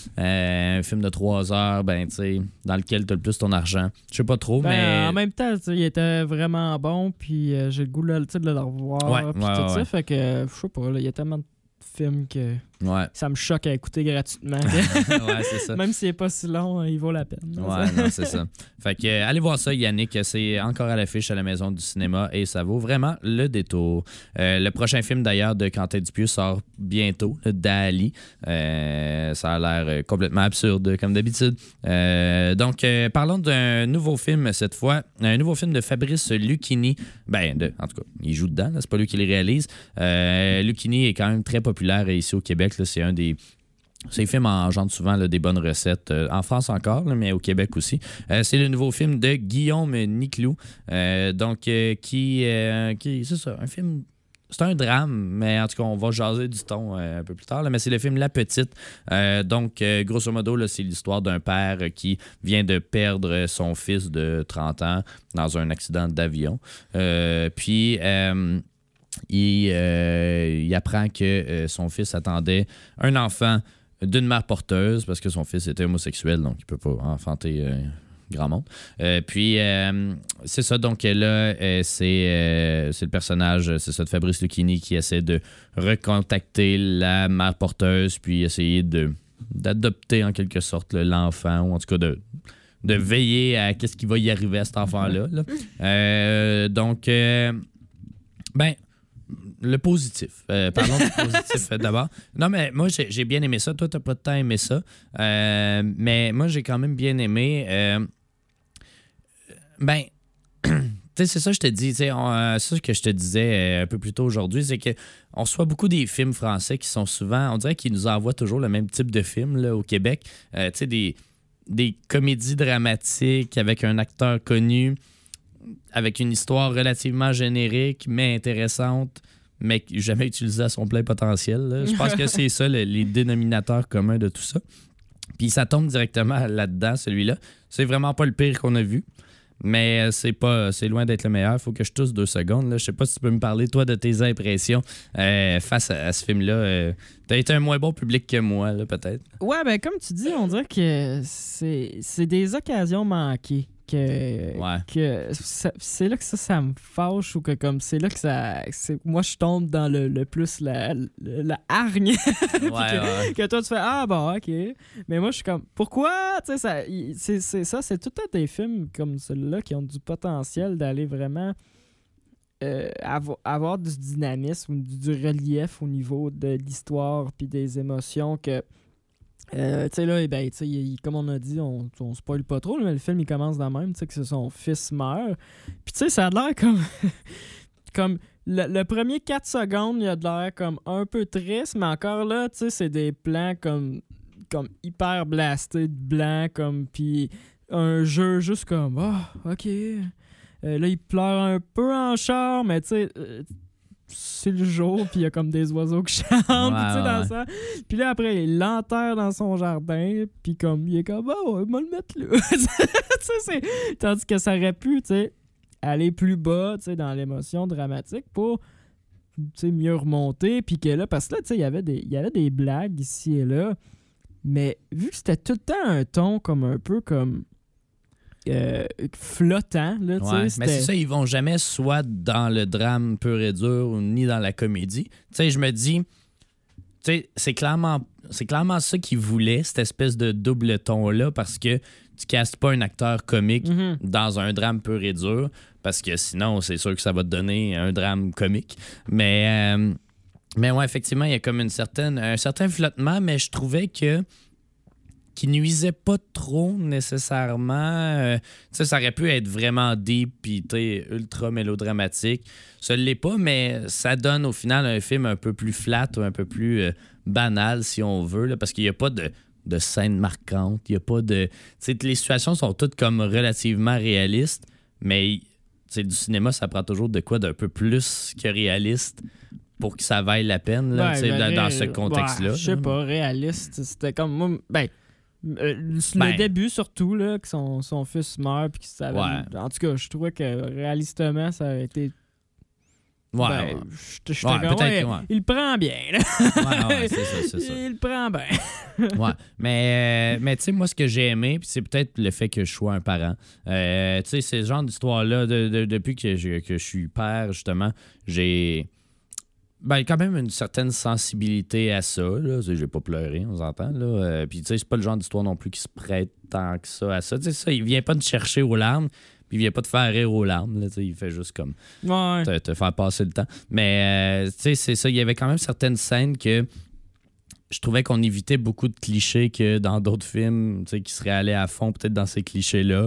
Speaker 5: un film de 3 heures, dans lequel tu as le plus ton argent. Je sais pas trop, mais...
Speaker 6: En même temps, il était vraiment bon, puis j'ai le goût de le revoir. Ça, fait que, je sais pas, il y a tellement de films que ça me choque à écouter gratuitement.
Speaker 5: C'est ça.
Speaker 6: Même s'il n'est pas si long, il vaut la peine.
Speaker 5: Non, c'est ça. Fait que allez voir ça, Yannick. C'est encore à l'affiche à la Maison du cinéma et ça vaut vraiment le détour. Le prochain film d'ailleurs de Quentin Dupieux sort bientôt, Dali. Ça a l'air complètement absurde comme d'habitude. Donc parlons d'un nouveau film cette fois. Un nouveau film de Fabrice Lucchini. En tout cas, il joue dedans, c'est pas lui qui le réalise. Lucchini est quand même très populaire ici au Québec. Là, c'est un des... Ces films engendrent souvent des bonnes recettes. En France encore, mais au Québec aussi. C'est le nouveau film de Guillaume Niclou. Qui c'est ça, un film... C'est un drame, mais en tout cas, on va jaser du ton un peu plus tard. Mais c'est le film La Petite. Grosso modo, là, c'est l'histoire d'un père qui vient de perdre son fils de 30 ans dans un accident d'avion. Il apprend que son fils attendait un enfant d'une mère porteuse parce que son fils était homosexuel, donc il ne peut pas enfanter grand monde. Puis, c'est ça. Donc là, c'est le personnage, c'est ça, de Fabrice Lucchini qui essaie de recontacter la mère porteuse, puis essayer d'adopter en quelque sorte l'enfant, ou en tout cas de veiller à qu'est-ce qui va y arriver à cet enfant-là. Là. Donc, le positif. Parlons du positif d'abord. Non, mais moi, j'ai bien aimé ça. Toi, t'as pas tant aimé ça. Mais moi, j'ai quand même bien aimé. Tu sais, c'est ça que je te dis. C'est ça que je te disais un peu plus tôt aujourd'hui, c'est qu'on reçoit beaucoup des films français qui sont souvent, on dirait qu'ils nous envoient toujours le même type de film là, au Québec. Tu sais, des comédies dramatiques avec un acteur connu, avec une histoire relativement générique, mais intéressante, mais jamais utilisée à son plein potentiel. Là. Je pense que c'est ça, les dénominateurs communs de tout ça. Puis ça tombe directement là-dedans, celui-là. C'est vraiment pas le pire qu'on a vu, mais c'est loin d'être le meilleur. Faut que je tousse 2 secondes. Là. Je sais pas si tu peux me parler, toi, de tes impressions face à ce film-là. T'as été un moins bon public que moi, là, peut-être.
Speaker 6: Ouais, ben comme tu dis, on dirait que c'est des occasions manquées. Que c'est là que ça me fâche, ou que comme c'est là que moi je tombe dans le plus la hargne. Que toi tu fais ah bon ok, mais moi je suis comme pourquoi, tu sais, c'est tout un des films comme celui-là qui ont du potentiel d'aller vraiment avoir du dynamisme ou du relief au niveau de l'histoire puis des émotions que tu sais là, ben, comme on a dit, on spoil pas trop, mais le film il commence dans le même, tu sais, que son fils meurt. Puis tu sais, ça a l'air comme le premier 4 secondes, il a de l'air comme un peu triste, mais encore là, tu sais, c'est des plans comme hyper blastés de blanc, comme puis un jeu juste comme ok. Là, il pleure un peu en char, mais tu sais. C'est le jour, puis il y a comme des oiseaux qui chantent, dans ça. Puis là, après, il l'enterre dans son jardin, puis comme, il est comme, on va le mettre là. Tandis que ça aurait pu, tu sais, aller plus bas, tu sais, dans l'émotion dramatique pour, tu sais, mieux remonter, puis que là, parce que là, tu sais, il y avait des blagues ici et là, mais vu que c'était tout le temps un ton comme un peu comme flottant là,
Speaker 5: mais c'est ça, ils vont jamais soit dans le drame pur et dur ni dans la comédie. Tu sais, je me dis, tu sais, c'est clairement ça qu'ils voulaient, cette espèce de double ton là, parce que tu castes pas un acteur comique dans un drame pur et dur, parce que sinon c'est sûr que ça va te donner un drame comique, mais ouais, effectivement, il y a comme un certain flottement, mais je trouvais qui nuisait pas trop nécessairement. Ça aurait pu être vraiment deep puis ultra mélodramatique. Ça ne l'est pas, mais ça donne au final un film un peu plus flat ou un peu plus banal, si on veut, là, parce qu'il n'y a pas de scène marquante. Il y a pas de. Les situations sont toutes comme relativement réalistes, mais du cinéma, ça prend toujours de quoi d'un peu plus que réaliste pour que ça vaille la peine là, dans ce contexte-là.
Speaker 6: Je sais pas, réaliste. C'était comme moi. Le début surtout là, que son fils meurt, puis que ça avait, en tout cas, je trouvais que réalistement ça aurait été. J'étais comme, il le prend bien. Là.
Speaker 5: C'est ça.
Speaker 6: Il le prend bien.
Speaker 5: Mais tu sais, moi, ce que j'ai aimé, puis c'est peut-être le fait que je sois un parent. Tu sais, c'est ce genre d'histoire-là, depuis que je suis père, justement, j'ai quand même une certaine sensibilité à ça. Là. J'ai pas pleuré, on s'entend. Là. Puis tu sais, c'est pas le genre d'histoire non plus qui se prête tant que ça à ça. Tu sais, ça, il vient pas te chercher aux larmes. Puis il vient pas te faire rire aux larmes. Là, il fait juste comme te faire passer le temps. Mais c'est ça, il y avait quand même certaines scènes que je trouvais qu'on évitait beaucoup de clichés que dans d'autres films qui seraient allés à fond peut-être dans ces clichés-là.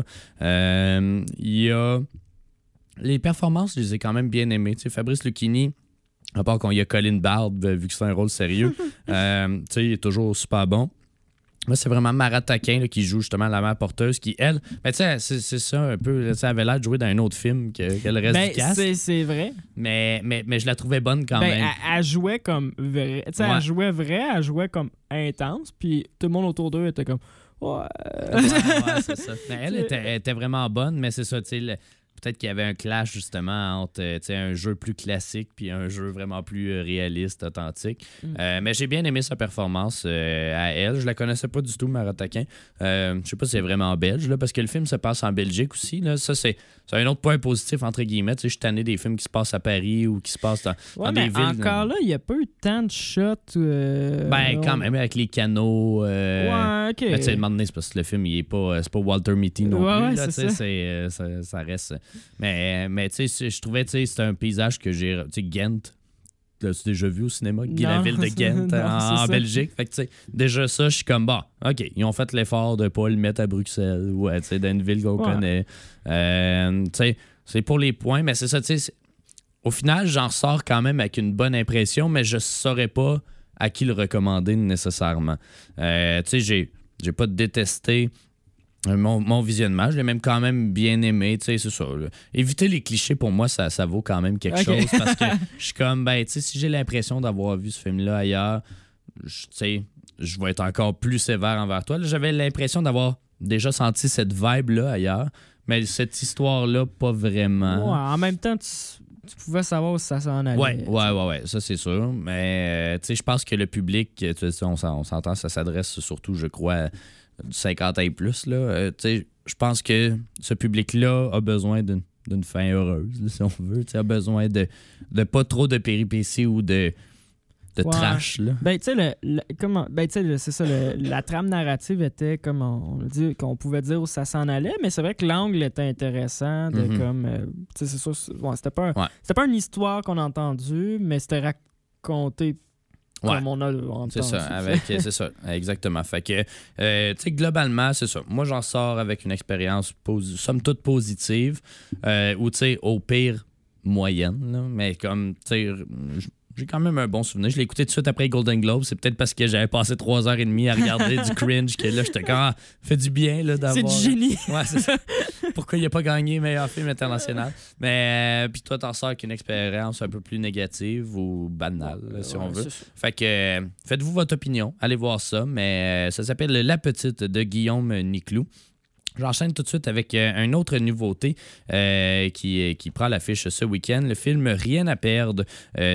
Speaker 5: Il y a... Les performances, je les ai quand même bien aimées. Fabrice Lucchini, à part qu'on y a Colin Barbe, vu que c'est un rôle sérieux, il est toujours super bon. Là, c'est vraiment Mara Taquin là, qui joue justement la mère porteuse, qui, elle, c'est ça un peu, elle avait l'air de jouer dans un autre film que le reste du cast.
Speaker 6: C'est vrai.
Speaker 5: Mais je la trouvais bonne quand même.
Speaker 6: Elle jouait comme vrai. Elle jouait vrai, elle jouait comme intense, puis tout le monde autour d'eux était comme... Ouais,
Speaker 5: c'est ça. Mais elle était vraiment bonne, mais c'est ça, tu sais... peut-être qu'il y avait un clash justement entre un jeu plus classique puis un jeu vraiment plus réaliste, authentique. Mais j'ai bien aimé sa performance à elle. Je la connaissais pas du tout, Mara Taquin. Je sais pas si c'est vraiment belge, là, parce que le film se passe en Belgique aussi. Là. Ça, c'est un autre point positif, entre guillemets. Je suis tanné des films qui se passent à Paris ou qui se passent dans des villes.
Speaker 6: Encore là, il n'y a pas eu tant de shots.
Speaker 5: Quand même, avec les canaux.
Speaker 6: Ouais, OK.
Speaker 5: Mais tu sais, à un moment donné, c'est parce que le film, il est pas, c'est pas Walter Mitty non plus. Là,
Speaker 6: c'est
Speaker 5: ça reste. Mais tu sais, je trouvais, c'était un paysage que j'ai. Tu sais, Ghent. L'as-tu déjà vu au cinéma? La ville de Ghent en Belgique. Fait que, tu sais, déjà ça, je suis comme, bon, OK, ils ont fait l'effort de pas le mettre à Bruxelles ou dans une ville qu'on connaît. Tu sais, c'est pour les points, mais c'est ça, tu sais. Au final, j'en sors quand même avec une bonne impression, mais je saurais pas à qui le recommander nécessairement. Tu sais, j'ai pas détesté mon visionnement. Je l'ai même quand même bien aimé. Tu sais, c'est ça. Là. Éviter les clichés, pour moi, ça vaut quand même quelque chose parce que je suis comme, tu sais, si j'ai l'impression d'avoir vu ce film-là ailleurs, tu sais, je vais être encore plus sévère envers toi. Là, j'avais l'impression d'avoir déjà senti cette vibe-là ailleurs, mais cette histoire-là, pas vraiment.
Speaker 6: Ouais, en même temps, tu pouvais savoir où ça s'en allait.
Speaker 5: Ouais, ça c'est sûr. Mais tu sais, je pense que le public, on s'entend, ça s'adresse surtout, je crois, à du 50 ans et plus. Là. Tu sais, je pense que ce public-là a besoin d'une fin heureuse, là, si on veut. Tu sais, a besoin de pas trop de péripéties ou de trash. Là.
Speaker 6: Ben, tu sais, c'est ça, la trame narrative était, comme on a dit, qu'on pouvait dire où ça s'en allait, mais c'est vrai que l'angle était intéressant, de comme, tu sais, c'est sûr, c'était pas une histoire qu'on a entendue, mais c'était raconté comme on a entendu.
Speaker 5: C'est ça, c'est ça, exactement. Fait que, tu sais, globalement, c'est ça. Moi, j'en sors avec une expérience, somme toute positive, ou, tu sais, au pire, moyenne, là, mais comme, tu sais, j'ai quand même un bon souvenir. Je l'ai écouté tout de suite après Golden Globe. C'est peut-être parce que j'avais passé 3h30 à regarder du cringe que là, j'étais comme, fait du bien là, d'avoir...
Speaker 6: C'est du génie.
Speaker 5: Ouais, c'est ça. Pourquoi il n'a pas gagné meilleur film international? Mais puis toi, t'en sors avec une expérience un peu plus négative ou banale, là, si on veut. Fait que faites-vous votre opinion. Allez voir ça. Mais ça s'appelle La Petite de Guillaume Niclou. J'enchaîne tout de suite avec une autre nouveauté qui prend l'affiche ce week-end. Le film Rien à perdre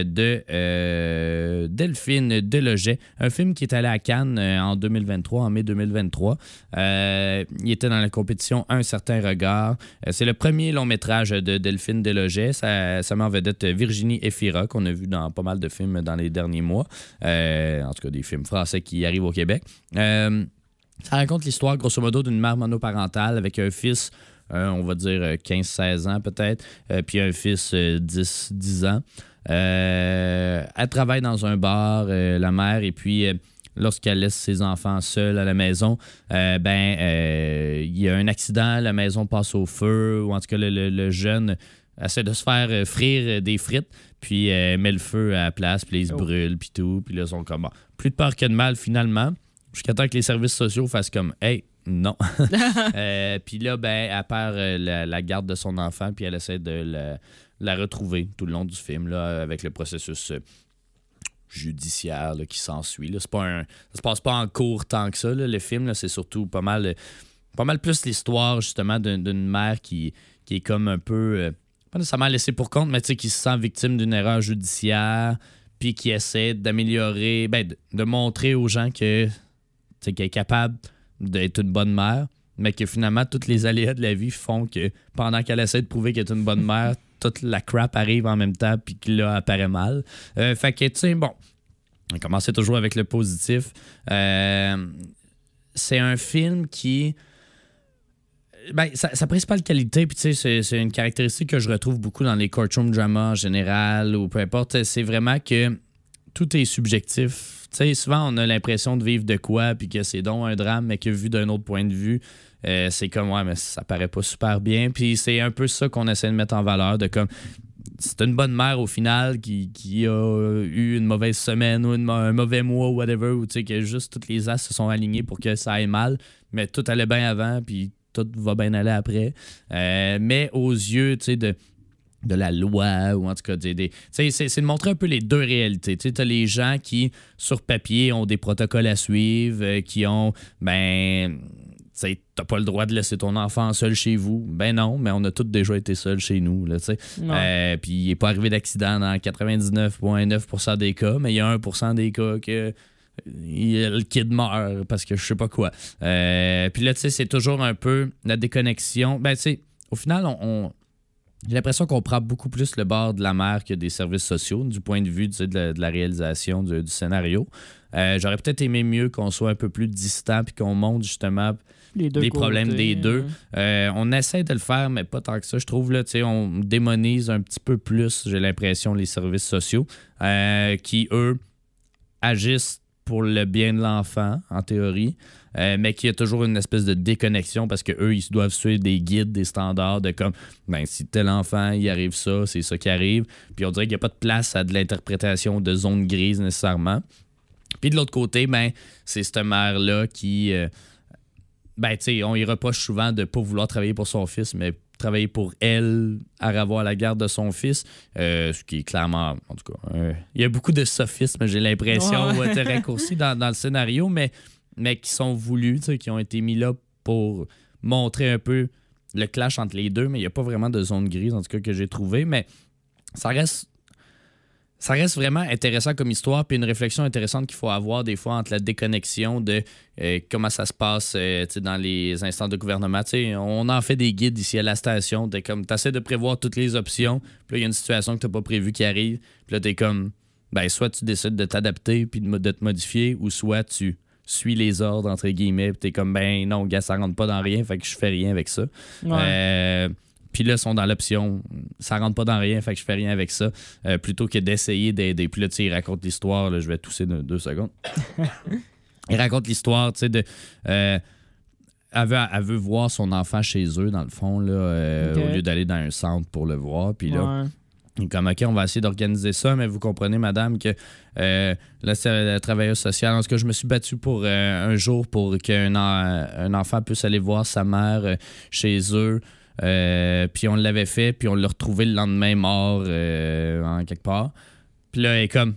Speaker 5: de Delphine Deloget. Un film qui est allé à Cannes en mai 2023. Il était dans la compétition Un certain regard. C'est le premier long-métrage de Delphine Deloget. Ça met en vedette Virginie Efira, qu'on a vu dans pas mal de films dans les derniers mois. En tout cas, des films français qui arrivent au Québec. Ça raconte l'histoire, grosso modo, d'une mère monoparentale avec un fils, on va dire 15-16 ans peut-être, puis un fils 10 ans. Elle travaille dans un bar, la mère, et puis lorsqu'elle laisse ses enfants seuls à la maison, il y a un accident, la maison passe au feu, ou en tout cas le jeune essaie de se faire frire des frites, puis met le feu à la place, puis il se brûle, puis tout, puis là, ils sont comme, bon, plus de peur que de mal finalement. Jusqu'à temps que les services sociaux fassent comme « Hey, non! » Puis là, elle perd la garde de son enfant, puis elle essaie de la retrouver tout le long du film, là, avec le processus judiciaire là, qui s'ensuit. Là. Ça se passe pas en cours tant que ça. Là. Le film, là, c'est surtout pas mal plus l'histoire, justement, d'une mère qui est comme un peu... pas nécessairement laissée pour compte, mais qui se sent victime d'une erreur judiciaire, puis qui essaie d'améliorer, de montrer aux gens qu'elle est capable d'être une bonne mère, mais que finalement, toutes les aléas de la vie font que pendant qu'elle essaie de prouver qu'elle est une bonne mère, toute la crap arrive en même temps, puis que là, elle paraît mal. Fait que, tu sais, bon, on commençait toujours avec le positif. C'est un film qui... sa principale qualité, puis tu sais, c'est une caractéristique que je retrouve beaucoup dans les courtroom dramas en général, ou peu importe, c'est vraiment que tout est subjectif. Tu sais, souvent, on a l'impression de vivre de quoi, puis que c'est donc un drame, mais que vu d'un autre point de vue, c'est comme, ouais, mais ça paraît pas super bien. Puis c'est un peu ça qu'on essaie de mettre en valeur, de comme, c'est une bonne mère au final qui a eu une mauvaise semaine ou un mauvais mois ou whatever, ou tu sais, que juste toutes les astres se sont alignés pour que ça aille mal, mais tout allait bien avant, puis tout va bien aller après. Mais aux yeux, tu sais, de la loi, ou en tout cas, c'est de montrer un peu les deux réalités. Tu as les gens qui, sur papier, ont des protocoles à suivre, qui ont, sais, t'as pas le droit de laisser ton enfant seul chez vous. Ben non, mais on a tous déjà été seuls chez nous, là, tu sais. Puis il n'est pas arrivé d'accident dans 99,9% des cas, mais il y a 1% des cas que le kid meurt parce que je sais pas quoi. Puis là, tu sais, c'est toujours un peu la déconnexion. Ben, tu sais, au final, j'ai l'impression qu'on prend beaucoup plus le bord de la mère que des services sociaux, du point de vue, tu sais, de la réalisation du scénario. J'aurais peut-être aimé mieux qu'on soit un peu plus distant puis qu'on montre justement les problèmes des deux. On essaie de le faire, mais pas tant que ça. Je trouve, là, on démonise un petit peu plus, j'ai l'impression, les services sociaux qui, eux, agissent pour le bien de l'enfant, en théorie, mais qu'il y a toujours une espèce de déconnexion parce qu'eux, ils doivent suivre des guides, des standards de comme, ben, si tel enfant, il arrive ça, c'est ça qui arrive. Puis on dirait qu'il n'y a pas de place à de l'interprétation de zone grise nécessairement. Puis de l'autre côté, ben, c'est cette mère-là qui... ben, tu sais, on y reproche souvent de ne pas vouloir travailler pour son fils, mais travailler pour elle à avoir la garde de son fils, ce qui est clairement, en tout cas, il y a beaucoup de sophisme, j'ai l'impression, raccourcis dans le scénario, mais qui sont voulus, qui ont été mis là pour montrer un peu le clash entre les deux, mais il n'y a pas vraiment de zone grise, en tout cas, que j'ai trouvé, mais ça reste vraiment intéressant comme histoire, puis une réflexion intéressante qu'il faut avoir des fois entre la déconnexion de comment ça se passe dans les instances de gouvernement. On en fait des guides ici à la station, tu essaies de prévoir toutes les options, puis là, il y a une situation que tu n'as pas prévue qui arrive, puis là, tu es comme, ben, soit tu décides de t'adapter puis de te modifier, ou soit tu suis les ordres, entre guillemets, puis tu es comme, ben non, gars, ça rentre pas dans rien, fait que je fais rien avec ça. Ouais. Puis là, ils sont dans l'option, ça rentre pas dans rien, fait que je fais rien avec ça, plutôt que d'essayer d'aider. Puis là, tu sais, il raconte l'histoire, là, je vais tousser 2 secondes. Il raconte l'histoire, tu sais, de... elle veut voir son enfant chez eux, dans le fond, là, au lieu d'aller dans un centre pour le voir. Puis là, il est comme, OK, on va essayer d'organiser ça, mais vous comprenez, madame, que là, c'est la travailleuse sociale. En tout cas, je me suis battu pour un jour pour qu'un enfant puisse aller voir sa mère chez eux. Puis on l'avait fait, puis on l'a retrouvé le lendemain mort en quelque part. Puis là, elle est comme,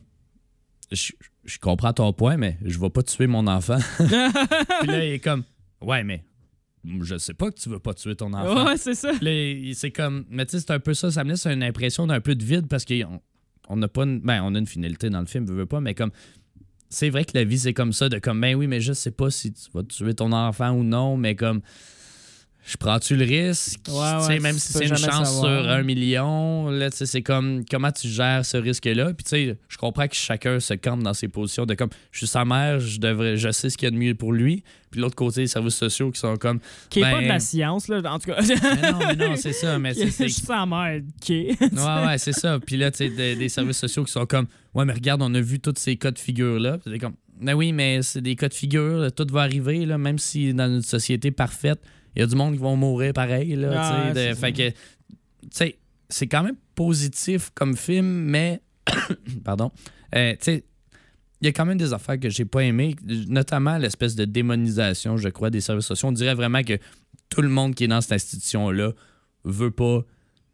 Speaker 5: je comprends ton point, mais je vais pas tuer mon enfant. Puis là, il est comme, ouais, mais je sais pas que tu veux pas tuer ton enfant.
Speaker 6: Ouais, c'est ça.
Speaker 5: Puis là, c'est comme, mais tu sais, c'est un peu ça me laisse une impression d'un peu de vide parce qu'on n'a pas, on a une finalité dans le film, veut pas, mais comme, c'est vrai que la vie, c'est comme ça, de comme, ben oui, mais je sais pas si tu vas tuer ton enfant ou non, mais comme... Je prends-tu le risque? Même si c'est une chance sur 1 million, là, c'est comme comment tu gères ce risque-là. Puis je comprends que chacun se campe dans ses positions de comme je suis sa mère, je sais ce qu'il y a de mieux pour lui. Puis l'autre côté, les services sociaux qui sont comme.
Speaker 6: Qui n'est pas de la science, là, en tout cas.
Speaker 5: mais non, c'est ça. Mais
Speaker 6: je suis sa mère, qui.
Speaker 5: ouais, c'est ça. Puis là, tu sais, des services sociaux qui sont comme ouais, mais regarde, on a vu tous ces cas de figure-là. Puis c'est comme ben oui, mais c'est des cas de figure, tout va arriver, là, même si dans une société parfaite. Il y a du monde qui vont mourir pareil. Là, fait que, c'est quand même positif comme film, mais pardon. Il y a quand même des affaires que j'ai pas aimées, notamment l'espèce de démonisation, je crois, des services sociaux. On dirait vraiment que tout le monde qui est dans cette institution-là veut pas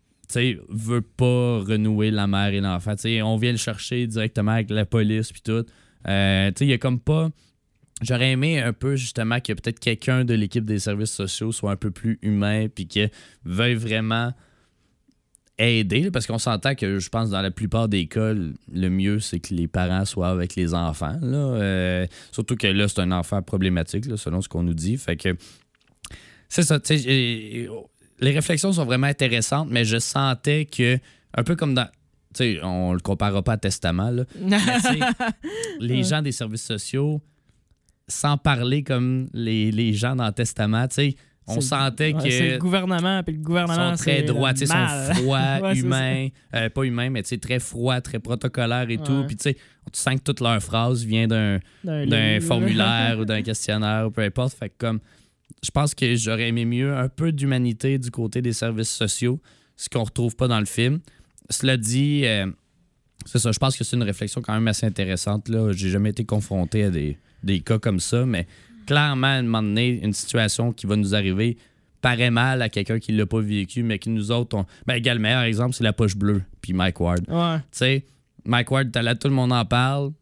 Speaker 5: renouer la mère et l'enfant. On vient le chercher directement avec la police puis tout. Il y a comme pas... J'aurais aimé un peu, justement, que peut-être quelqu'un de l'équipe des services sociaux soit un peu plus humain puis qu'il veuille vraiment aider. Là, parce qu'on s'entend que, je pense, dans la plupart des cas, le mieux, c'est que les parents soient avec les enfants. Là. Surtout que là, c'est un enfant problématique, là, selon ce qu'on nous dit. Fait que c'est ça. Les réflexions sont vraiment intéressantes, mais je sentais que, un peu comme dans... T'sais, on le comparera pas à Testament, là. Mais les gens des services sociaux... sans parler comme les gens dans le Testament, on sentait que...
Speaker 6: C'est le gouvernement, puis le gouvernement,
Speaker 5: sont très droits, sont froids, humains, pas humains, mais très froids, très protocolaires et tout. Puis tu sens que toute leur phrase vient d'un formulaire ou d'un questionnaire ou peu importe. Fait que comme, je pense que j'aurais aimé mieux un peu d'humanité du côté des services sociaux, ce qu'on retrouve pas dans le film. Cela dit... c'est ça, je pense que c'est une réflexion quand même assez intéressante. Là. J'ai jamais été confronté à des cas comme ça, mais clairement, à un moment donné, une situation qui va nous arriver paraît mal à quelqu'un qui l'a pas vécu, mais qui nous autres ont... le meilleur exemple, c'est La Poche Bleue, puis Mike Ward.
Speaker 6: Ouais.
Speaker 5: Tu sais, Mike Ward, tout le monde en parle.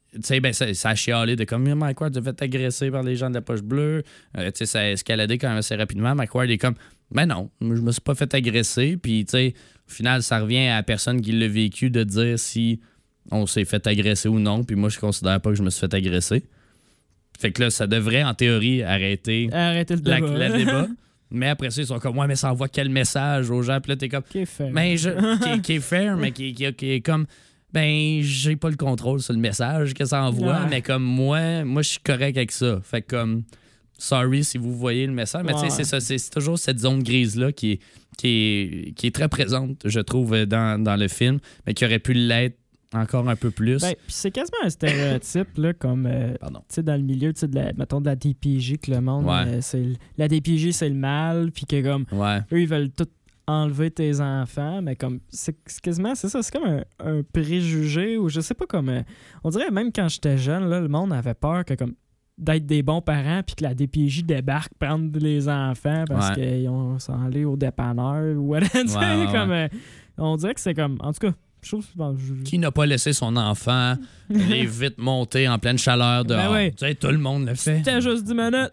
Speaker 5: tu sais, ben, ça a chialé de comme Mike Ward a fait agresser par les gens de la poche bleue. Tu sais, ça a escaladé quand même assez rapidement. Mike Ward est comme, ben non, je me suis pas fait agresser. Puis, tu sais, au final, ça revient à la personne qui l'a vécu de dire si on s'est fait agresser ou non. Puis moi, je considère pas que je me suis fait agresser. Fait que là, ça devrait, en théorie, arrêter
Speaker 6: le débat.
Speaker 5: le débat. Mais après ça, ils sont comme, ouais, mais ça envoie quel message aux gens? Puis là, t'es comme,
Speaker 6: Qui est fair.
Speaker 5: qui est fair, mais qui est comme, ben, j'ai pas le contrôle sur le message que ça envoie, mais comme moi, je suis correct avec ça. Fait que comme, sorry si vous voyez le message, mais tu sais, c'est ça, c'est toujours cette zone grise-là qui est très présente, je trouve, dans le film, mais qui aurait pu l'être encore un peu plus.
Speaker 6: Ben, puis c'est quasiment un stéréotype, là, comme, tu sais, dans le milieu, tu sais, mettons, de la DPJ, que le monde, la DPJ, c'est le mal, puis que, comme, eux, ils veulent tout enlever tes enfants, mais comme, c'est quasiment, c'est ça, c'est comme un préjugé, ou je sais pas, comme, on dirait, même quand j'étais jeune, là, le monde avait peur que, comme, d'être des bons parents, puis que la DPJ débarque prendre les enfants parce qu'ils sont allés au dépanneur, ou comme, on dirait que c'est comme, en tout cas,
Speaker 5: qui n'a pas laissé son enfant les vite monter en pleine chaleur dehors?
Speaker 6: Ben
Speaker 5: tu sais, tout le monde le fait.
Speaker 6: C'était juste 10 minutes.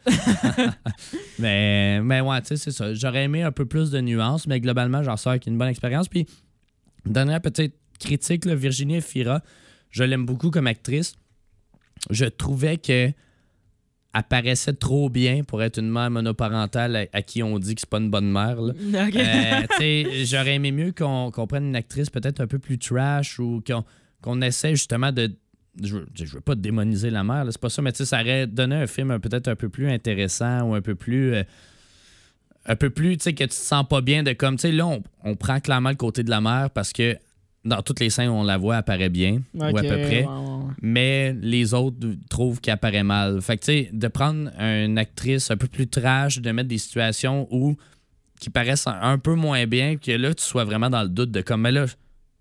Speaker 5: mais ouais, tu sais, c'est ça. J'aurais aimé un peu plus de nuances, mais globalement, j'en sors avec une bonne expérience. Puis, dernière petite critique, là, Virginie Efira, je l'aime beaucoup comme actrice. Je trouvais que elle paraissait trop bien pour être une mère monoparentale à qui on dit que c'est pas une bonne mère. Là. Okay. J'aurais aimé mieux qu'on prenne une actrice peut-être un peu plus trash ou qu'on essaie justement de... Je veux pas démoniser la mère, là, c'est pas ça, mais ça aurait donné un film peut-être un peu plus intéressant ou un peu plus, tu sais, que tu te sens pas bien de comme... Tu sais, là, on prend clairement le côté de la mère parce que dans toutes les scènes où on la voit, elle apparaît bien, ou à peu près. Mais les autres trouvent qu'elle apparaît mal. Fait que, tu sais, de prendre une actrice un peu plus trash, de mettre des situations qui paraissent un peu moins bien, que là, tu sois vraiment dans le doute de comme, mais là,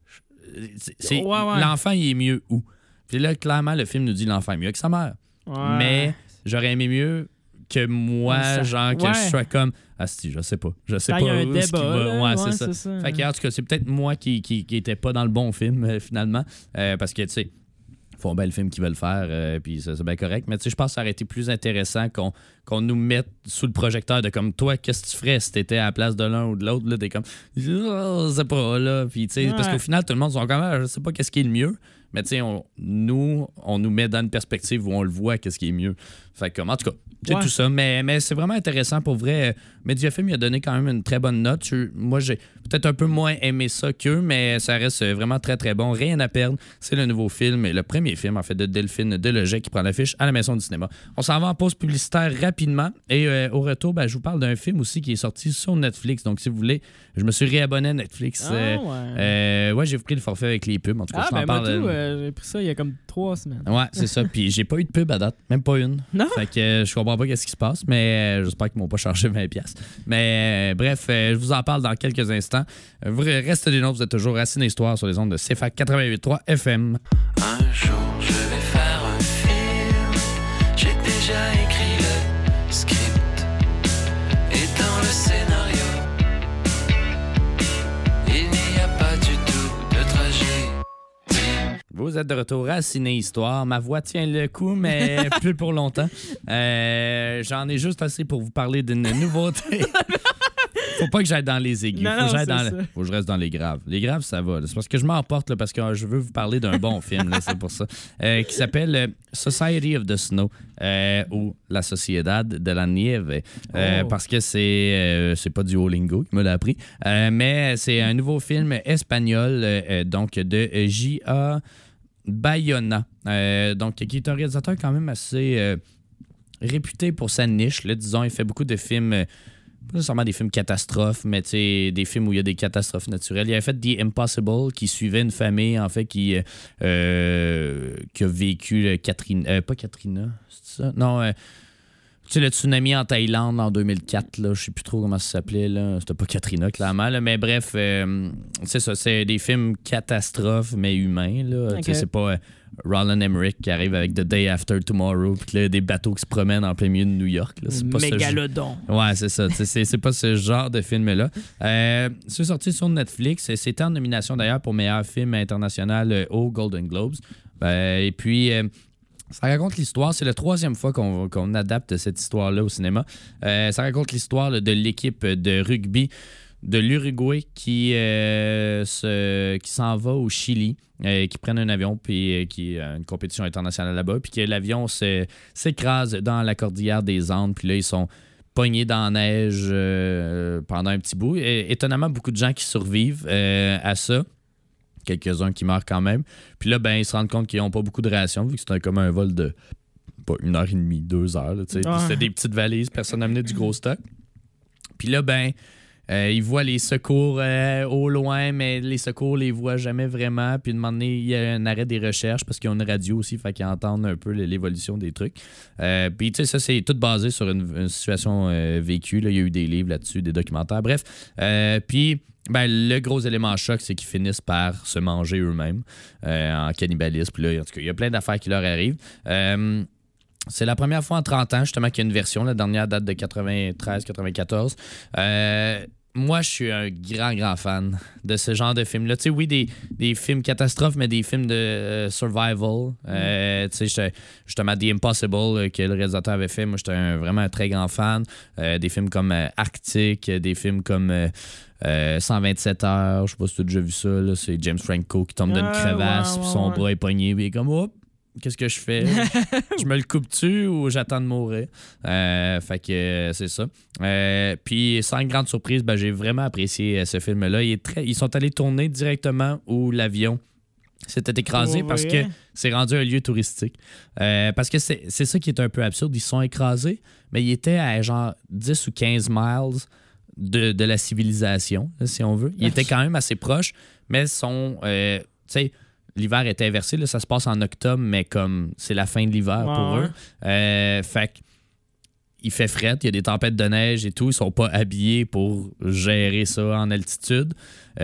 Speaker 5: l'enfant, il est mieux où? Puis là, clairement, le film nous dit l'enfant est mieux que sa mère. Ouais. Mais j'aurais aimé mieux que moi, que je sois comme... Ah, si, je sais pas. Je sais pas où ce qui va. C'est ça. Fait que, en tout cas, c'est peut-être moi qui était pas dans le bon film, finalement. Parce que, tu sais, ils font bien le film qu'ils veulent faire, puis c'est bien correct. Mais, tu sais, je pense que ça aurait été plus intéressant qu'on nous mette sous le projecteur de comme, toi, qu'est-ce que tu ferais si t'étais à la place de l'un ou de l'autre? Là, t'es comme, je sais pas, là. Puis, tu sais, parce qu'au final, tout le monde sont comme, je sais pas qu'est-ce qui est le mieux. Mais, tu sais, on nous met dans une perspective où on le voit, qu'est-ce qui est mieux. Fait que, en tout cas, c'est tout ça. Mais c'est vraiment intéressant pour vrai. Mediafilm il a donné quand même une très bonne note. Moi, j'ai peut-être un peu moins aimé ça qu'eux, mais ça reste vraiment très, très bon. Rien à perdre. C'est le nouveau film, le premier film, en fait, de Delphine Deloget qui prend l'affiche à la Maison du cinéma. On s'en va en pause publicitaire rapidement. Et au retour, je vous parle d'un film aussi qui est sorti sur Netflix. Donc, si vous voulez, je me suis réabonné à Netflix. J'ai pris le forfait avec les pubs. En tout cas, je t'en parle.
Speaker 6: J'ai pris ça il y a comme 3 semaines.
Speaker 5: Ouais, c'est ça. Puis j'ai pas eu de pub à date. Même pas une.
Speaker 6: Non.
Speaker 5: Fait que je comprends pas qu'est-ce qui se passe, mais j'espère qu'ils m'ont pas chargé 20$. Mais bref, je vous en parle dans quelques instants. Restez des nôtres, vous êtes toujours à Ciné-Histoire sur les ondes de CFAC 88.3 FM.
Speaker 4: Un jour, je vais faire un film. J'ai déjà écrit le script. Et dans le scénario, il n'y a pas du tout de trajet.
Speaker 5: Vous êtes de retour à Ciné-Histoire. Ma voix tient le coup, mais plus pour longtemps. J'en ai juste assez pour vous parler d'une nouveauté. Faut pas que j'aille dans les aigus. Faut que je reste dans les graves. Les graves, ça va. C'est parce que je m'emporte là, parce que je veux vous parler d'un bon film. Là, c'est pour ça. Qui s'appelle Society of the Snow ou La Sociedad de la Nieve. Parce que c'est pas du Duolingo qui me l'a appris. Mais c'est un nouveau film espagnol donc de J.A. Bayona. Donc, qui est un réalisateur quand même assez réputé pour sa niche. Là, disons, il fait beaucoup de films... pas nécessairement des films catastrophes, mais des films où il y a des catastrophes naturelles. Il avait fait The Impossible, qui suivait une famille, en fait, qui a vécu pas Katrina, c'est ça? Non, tu sais, le tsunami en Thaïlande en 2004, là, je sais plus trop comment ça s'appelait, là. C'était pas Katrina, clairement, là, mais bref, c'est ça, c'est des films catastrophes, mais humains, là. Okay. C'est pas Roland Emmerich qui arrive avec The Day After Tomorrow, puis là, il y a des bateaux qui se promènent en plein milieu de New York. Là. C'est pas
Speaker 6: Mégalodon.
Speaker 5: Ouais, c'est ça. C'est pas ce genre de film-là. C'est sorti sur Netflix. C'était en nomination d'ailleurs pour meilleur film international aux Golden Globes. Et puis, ça raconte l'histoire. C'est la 3e fois qu'on adapte cette histoire-là au cinéma. Ça raconte l'histoire de l'équipe de rugby de l'Uruguay qui s'en va au Chili, qui prennent un avion, puis qui a une compétition internationale là-bas, puis que l'avion s'écrase dans la cordillère des Andes, puis là, ils sont pognés dans la neige pendant un petit bout. Et, étonnamment, beaucoup de gens qui survivent à ça. Quelques-uns qui meurent quand même. Puis là, ben, ils se rendent compte qu'ils n'ont pas beaucoup de rations, vu que c'était comme un vol de pas 1h30, 2 heures. Là, c'était des petites valises, personne n'amenait du gros stock. Puis là, ben, ils voient les secours au loin, mais les secours les voient jamais vraiment. Puis, à un moment donné, il y a un arrêt des recherches parce qu'ils ont une radio aussi, fait qu'ils entendent un peu l'évolution des trucs. Puis, tu sais, ça, c'est tout basé sur une situation vécue. Là. Il y a eu des livres là-dessus, des documentaires, bref. Puis, ben, le gros élément choc, c'est qu'ils finissent par se manger eux-mêmes en cannibalisme. Puis là, en tout cas, il y a plein d'affaires qui leur arrivent. C'est la première fois en 30 ans, justement, qu'il y a une version. La dernière date de 93-94. Moi, je suis un grand fan de ce genre de films-là. Tu sais, oui, des films catastrophes, mais des films de survival. Tu sais, justement, The Impossible que le réalisateur avait fait. Moi, j'étais vraiment un très grand fan. Des films comme Arctic, des films comme 127 heures. Je sais pas si tu as déjà vu ça. Là. C'est James Franco qui tombe d'une crevasse, puis son bras est pogné, puis il est comme, hop! Qu'est-ce que je fais? Je me le coupe-tu ou j'attends de mourir? Fait que c'est ça. Puis, sans grande surprise, ben, j'ai vraiment apprécié ce film-là. Ils sont allés tourner directement où l'avion s'était écrasé parce que c'est rendu un lieu touristique. Parce que c'est ça qui est un peu absurde. Ils se sont écrasés, mais ils étaient à genre 10 ou 15 miles de la civilisation, si on veut. Ils étaient quand même assez proches, mais sont... tu sais... L'hiver est inversé, là, ça se passe en octobre, mais comme c'est la fin de l'hiver pour eux. Fait qu'il fait fret, il y a des tempêtes de neige et tout. Ils sont pas habillés pour gérer ça en altitude.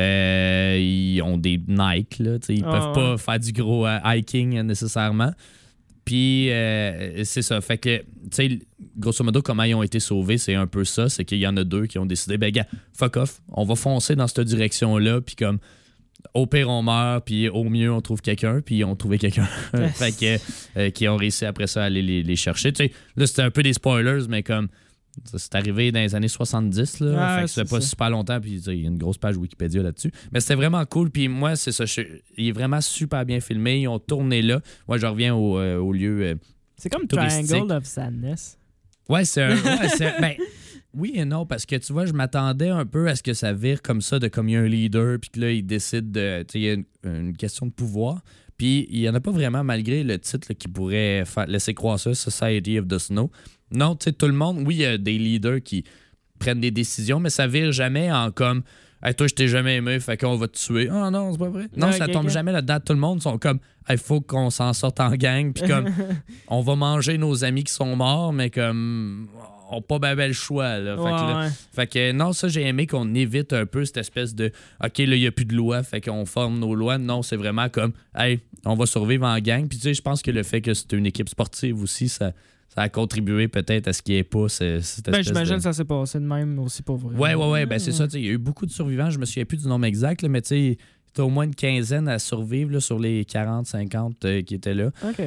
Speaker 5: Ils ont des Nike, là, ils peuvent pas faire du gros hiking nécessairement. Puis c'est ça. Fait que, tu sais, grosso modo, comment ils ont été sauvés, c'est un peu ça. C'est qu'il y en a 2 qui ont décidé, ben, gars, fuck off, on va foncer dans cette direction-là, puis comme... Au pire, on meurt, puis au mieux, on trouve quelqu'un, puis ils ont trouvé quelqu'un. Fait que, qui ont réussi après ça à aller les chercher. Tu sais, là, c'était un peu des spoilers, mais comme c'est arrivé dans les années 70, là. Fait que ça fait pas super longtemps, puis il y a une grosse page Wikipédia là-dessus. Mais c'était vraiment cool, puis moi, c'est ça. Il est vraiment super bien filmé. Ils ont tourné là. Moi, je reviens au lieu.
Speaker 6: C'est comme
Speaker 5: touristique.
Speaker 6: Triangle of Sadness.
Speaker 5: Ouais, c'est un. Ben, oui et non, parce que tu vois, je m'attendais un peu à ce que ça vire comme ça, de comme il y a un leader, puis que là, il décide de. Tu sais, il y a une question de pouvoir. Puis il n'y en a pas vraiment, malgré le titre là, qui pourrait laisser croire ça, Society of the Snow. Non, tu sais, tout le monde, oui, il y a des leaders qui prennent des décisions, mais ça vire jamais en comme. Hey, toi, je t'ai jamais aimé, fait qu'on va te tuer. Ah non, c'est pas vrai. Non, ça tombe jamais là-dedans. Tout le monde sont comme, il faut qu'on s'en sorte en gang, puis comme, on va manger nos amis qui sont morts, mais comme, on n'a pas ben le choix. Là. Fait que non, ça, j'ai aimé qu'on évite un peu cette espèce de, OK, là, il n'y a plus de loi, fait qu'on forme nos lois. Non, c'est vraiment comme, hey, on va survivre en gang. Puis tu sais, je pense que le fait que c'est une équipe sportive aussi, ça a contribué peut-être à ce qu'il n'y ait pas cette espèce
Speaker 6: j'imagine que ça s'est passé de même aussi pour vrai.
Speaker 5: Ouais. Ben c'est ça. Il y a eu beaucoup de survivants. Je me souviens plus du nombre exact, là, mais tu sais, c'était au moins une quinzaine à survivre là, sur les 40, 50 qui étaient là.
Speaker 6: OK.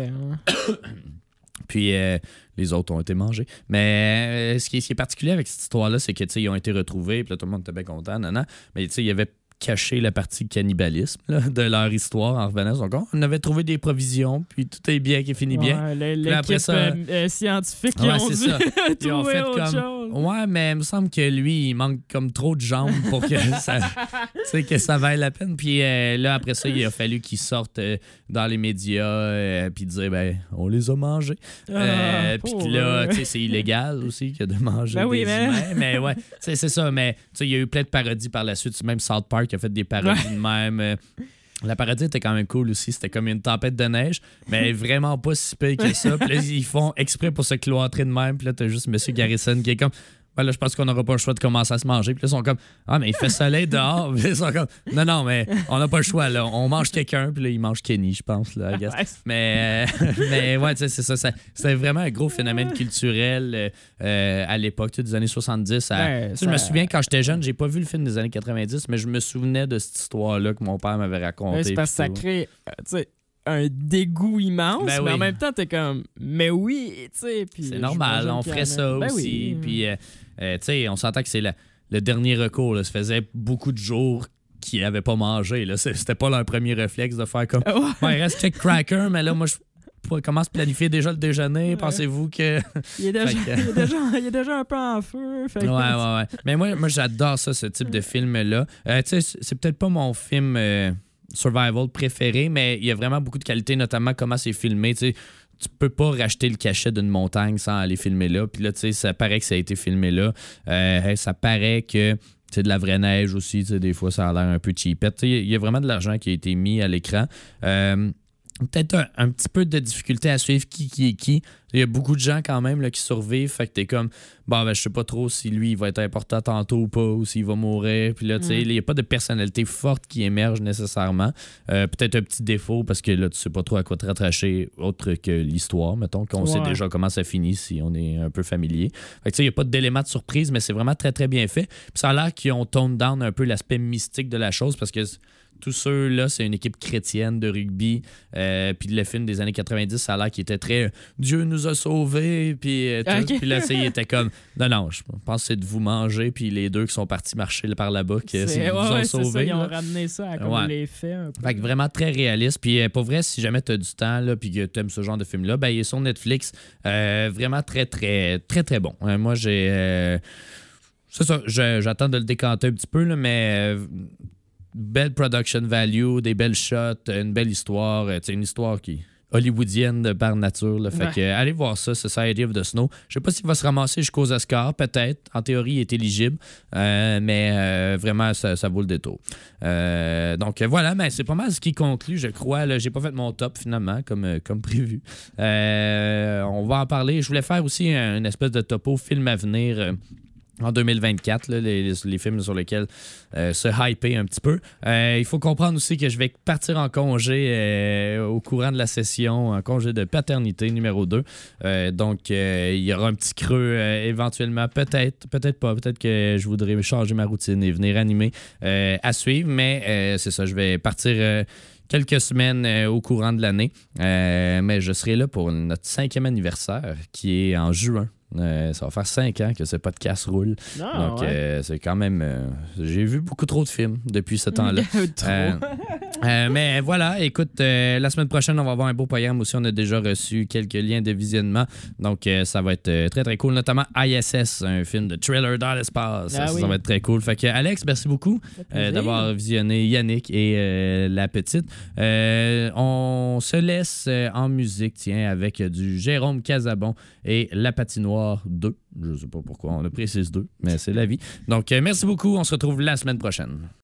Speaker 5: Puis les autres ont été mangés. Mais ce qui est particulier avec cette histoire-là, c'est que ils ont été retrouvés, puis là, tout le monde était bien content. Non. Mais il y avait caché la partie cannibalisme là, de leur histoire en revenant. Donc, on avait trouvé des provisions, puis tout est bien qui finit bien.
Speaker 6: L'équipe scientifique, ils ont dû trouver autre chose.
Speaker 5: Ouais, mais il me semble que lui, il manque comme trop de jambes pour que ça vaille la peine. Puis là, après ça, il a fallu qu'ils sortent dans les médias puis dire, ben, on les a mangés. Puis là, c'est illégal aussi que de manger des humains. Mais ouais, c'est ça. Mais il y a eu plein de parodies par la suite. Même South Park qui a fait des parodies de même. La parodie était quand même cool aussi. C'était comme une tempête de neige, mais vraiment pas si pire que ça. Puis là, ils font exprès pour se cloîtrer de même. Puis là, t'as juste M. Garrison qui est comme... ben là, je pense qu'on n'aura pas le choix de commencer à se manger. Puis là, ils sont comme, ah, mais il fait soleil dehors. Puis là, ils sont comme, non, mais on n'a pas le choix, là. On mange quelqu'un, puis là, ils mangent Kenny, je pense, là, I guess. Mais ouais, tu sais, c'est ça. C'est vraiment un gros phénomène culturel à l'époque, tu sais, des années 70. Je me souviens, quand j'étais jeune, j'ai pas vu le film des années 90, mais je me souvenais de cette histoire-là que mon père m'avait racontée.
Speaker 6: C'est parce que ça crée, tu sais, un dégoût immense, mais en même temps, t'es comme, mais oui, tu sais.
Speaker 5: C'est normal, on ferait ça aussi. Puis, tu sais, on s'entend que c'est le dernier recours. Là. Ça faisait beaucoup de jours qu'ils n'avaient pas mangé. Là. C'était pas leur premier réflexe de faire comme, il reste quelques crackers, mais là, moi, je commence à planifier déjà le déjeuner. Pensez-vous que.
Speaker 6: Il est déjà un peu en feu.
Speaker 5: Ouais. Mais moi, j'adore ça, ce type de film-là. Tu sais, c'est peut-être pas mon film survival préféré, mais il y a vraiment beaucoup de qualité, notamment comment c'est filmé. Tu sais, tu peux pas racheter le cachet d'une montagne sans aller filmer là. Puis là, tu sais, ça paraît que ça a été filmé là. Ça paraît que c'est de la vraie neige aussi. Tu sais, des fois, ça a l'air un peu cheapette. Tu sais, il y a vraiment de l'argent qui a été mis à l'écran. Peut-être un petit peu de difficulté à suivre qui est qui. Il y a beaucoup de gens quand même là, qui survivent. Fait que t'es comme, je sais pas trop si lui il va être important tantôt ou pas, ou s'il va mourir. Puis là, tu sais, il n'y a pas de personnalité forte qui émerge nécessairement. Peut-être un petit défaut parce que là, tu sais pas trop à quoi te rattacher autre que l'histoire, mettons, qu'on sait déjà comment ça finit si on est un peu familier. Fait que tu sais, il n'y a pas d'élément de surprise, mais c'est vraiment très, très bien fait. Puis ça a l'air qu'ils ont tone down un peu l'aspect mystique de la chose parce que tous ceux-là, c'est une équipe chrétienne de rugby. Puis le film des années 90, ça a l'air qu'il était très Dieu nous a sauvés. Puis Puis là, il était comme non, je pense que c'est de vous manger. Puis les deux qui sont partis marcher par là-bas, qui vous ont sauvés.
Speaker 6: Ça, ils ont ramené ça à comme les faits. Un peu.
Speaker 5: Fait que vraiment très réaliste. Puis pour vrai, si jamais tu as du temps là, puis que tu aimes ce genre de film-là, il est sur Netflix. Vraiment très, très, très, très bon. Moi, j'ai. C'est ça, j'attends de le décanter un petit peu, là, mais. Belle production value, des belles shots, une belle histoire. Une histoire qui est hollywoodienne par nature. Là. Fait que, allez voir ça, Society of the Snow. Je sais pas s'il va se ramasser jusqu'aux Oscars, peut-être. En théorie, il est éligible. Mais vraiment, ça vaut le détour. Donc voilà, mais c'est pas mal ce qui conclut, je crois. Là. J'ai pas fait mon top finalement, comme prévu. On va en parler. Je voulais faire aussi une espèce de topo film à venir. En 2024, là, les films sur lesquels se hyper un petit peu. Il faut comprendre aussi que je vais partir en congé au courant de la session, en congé de paternité numéro 2. Donc, il y aura un petit creux éventuellement. Peut-être pas. Peut-être que je voudrais changer ma routine et venir animer à suivre. Mais c'est ça, je vais partir quelques semaines au courant de l'année. Mais je serai là pour notre 5e anniversaire qui est en juin. Ça va faire 5 ans que ce podcast roule. Donc, c'est quand même... j'ai vu beaucoup trop de films depuis ce temps-là. Mais voilà, écoute, la semaine prochaine, on va avoir un beau programme aussi. On a déjà reçu quelques liens de visionnement. Donc, ça va être très, très cool. Notamment ISS, un film de thriller dans l'espace. Ça va être très cool. Fait que, Alex, merci beaucoup d'avoir visionné Yannick et la petite. On se laisse en musique, avec du Jérôme Casabon et La Patinoire 2. Je sais pas pourquoi on a précisé 2, mais c'est la vie. Donc, merci beaucoup. On se retrouve la semaine prochaine.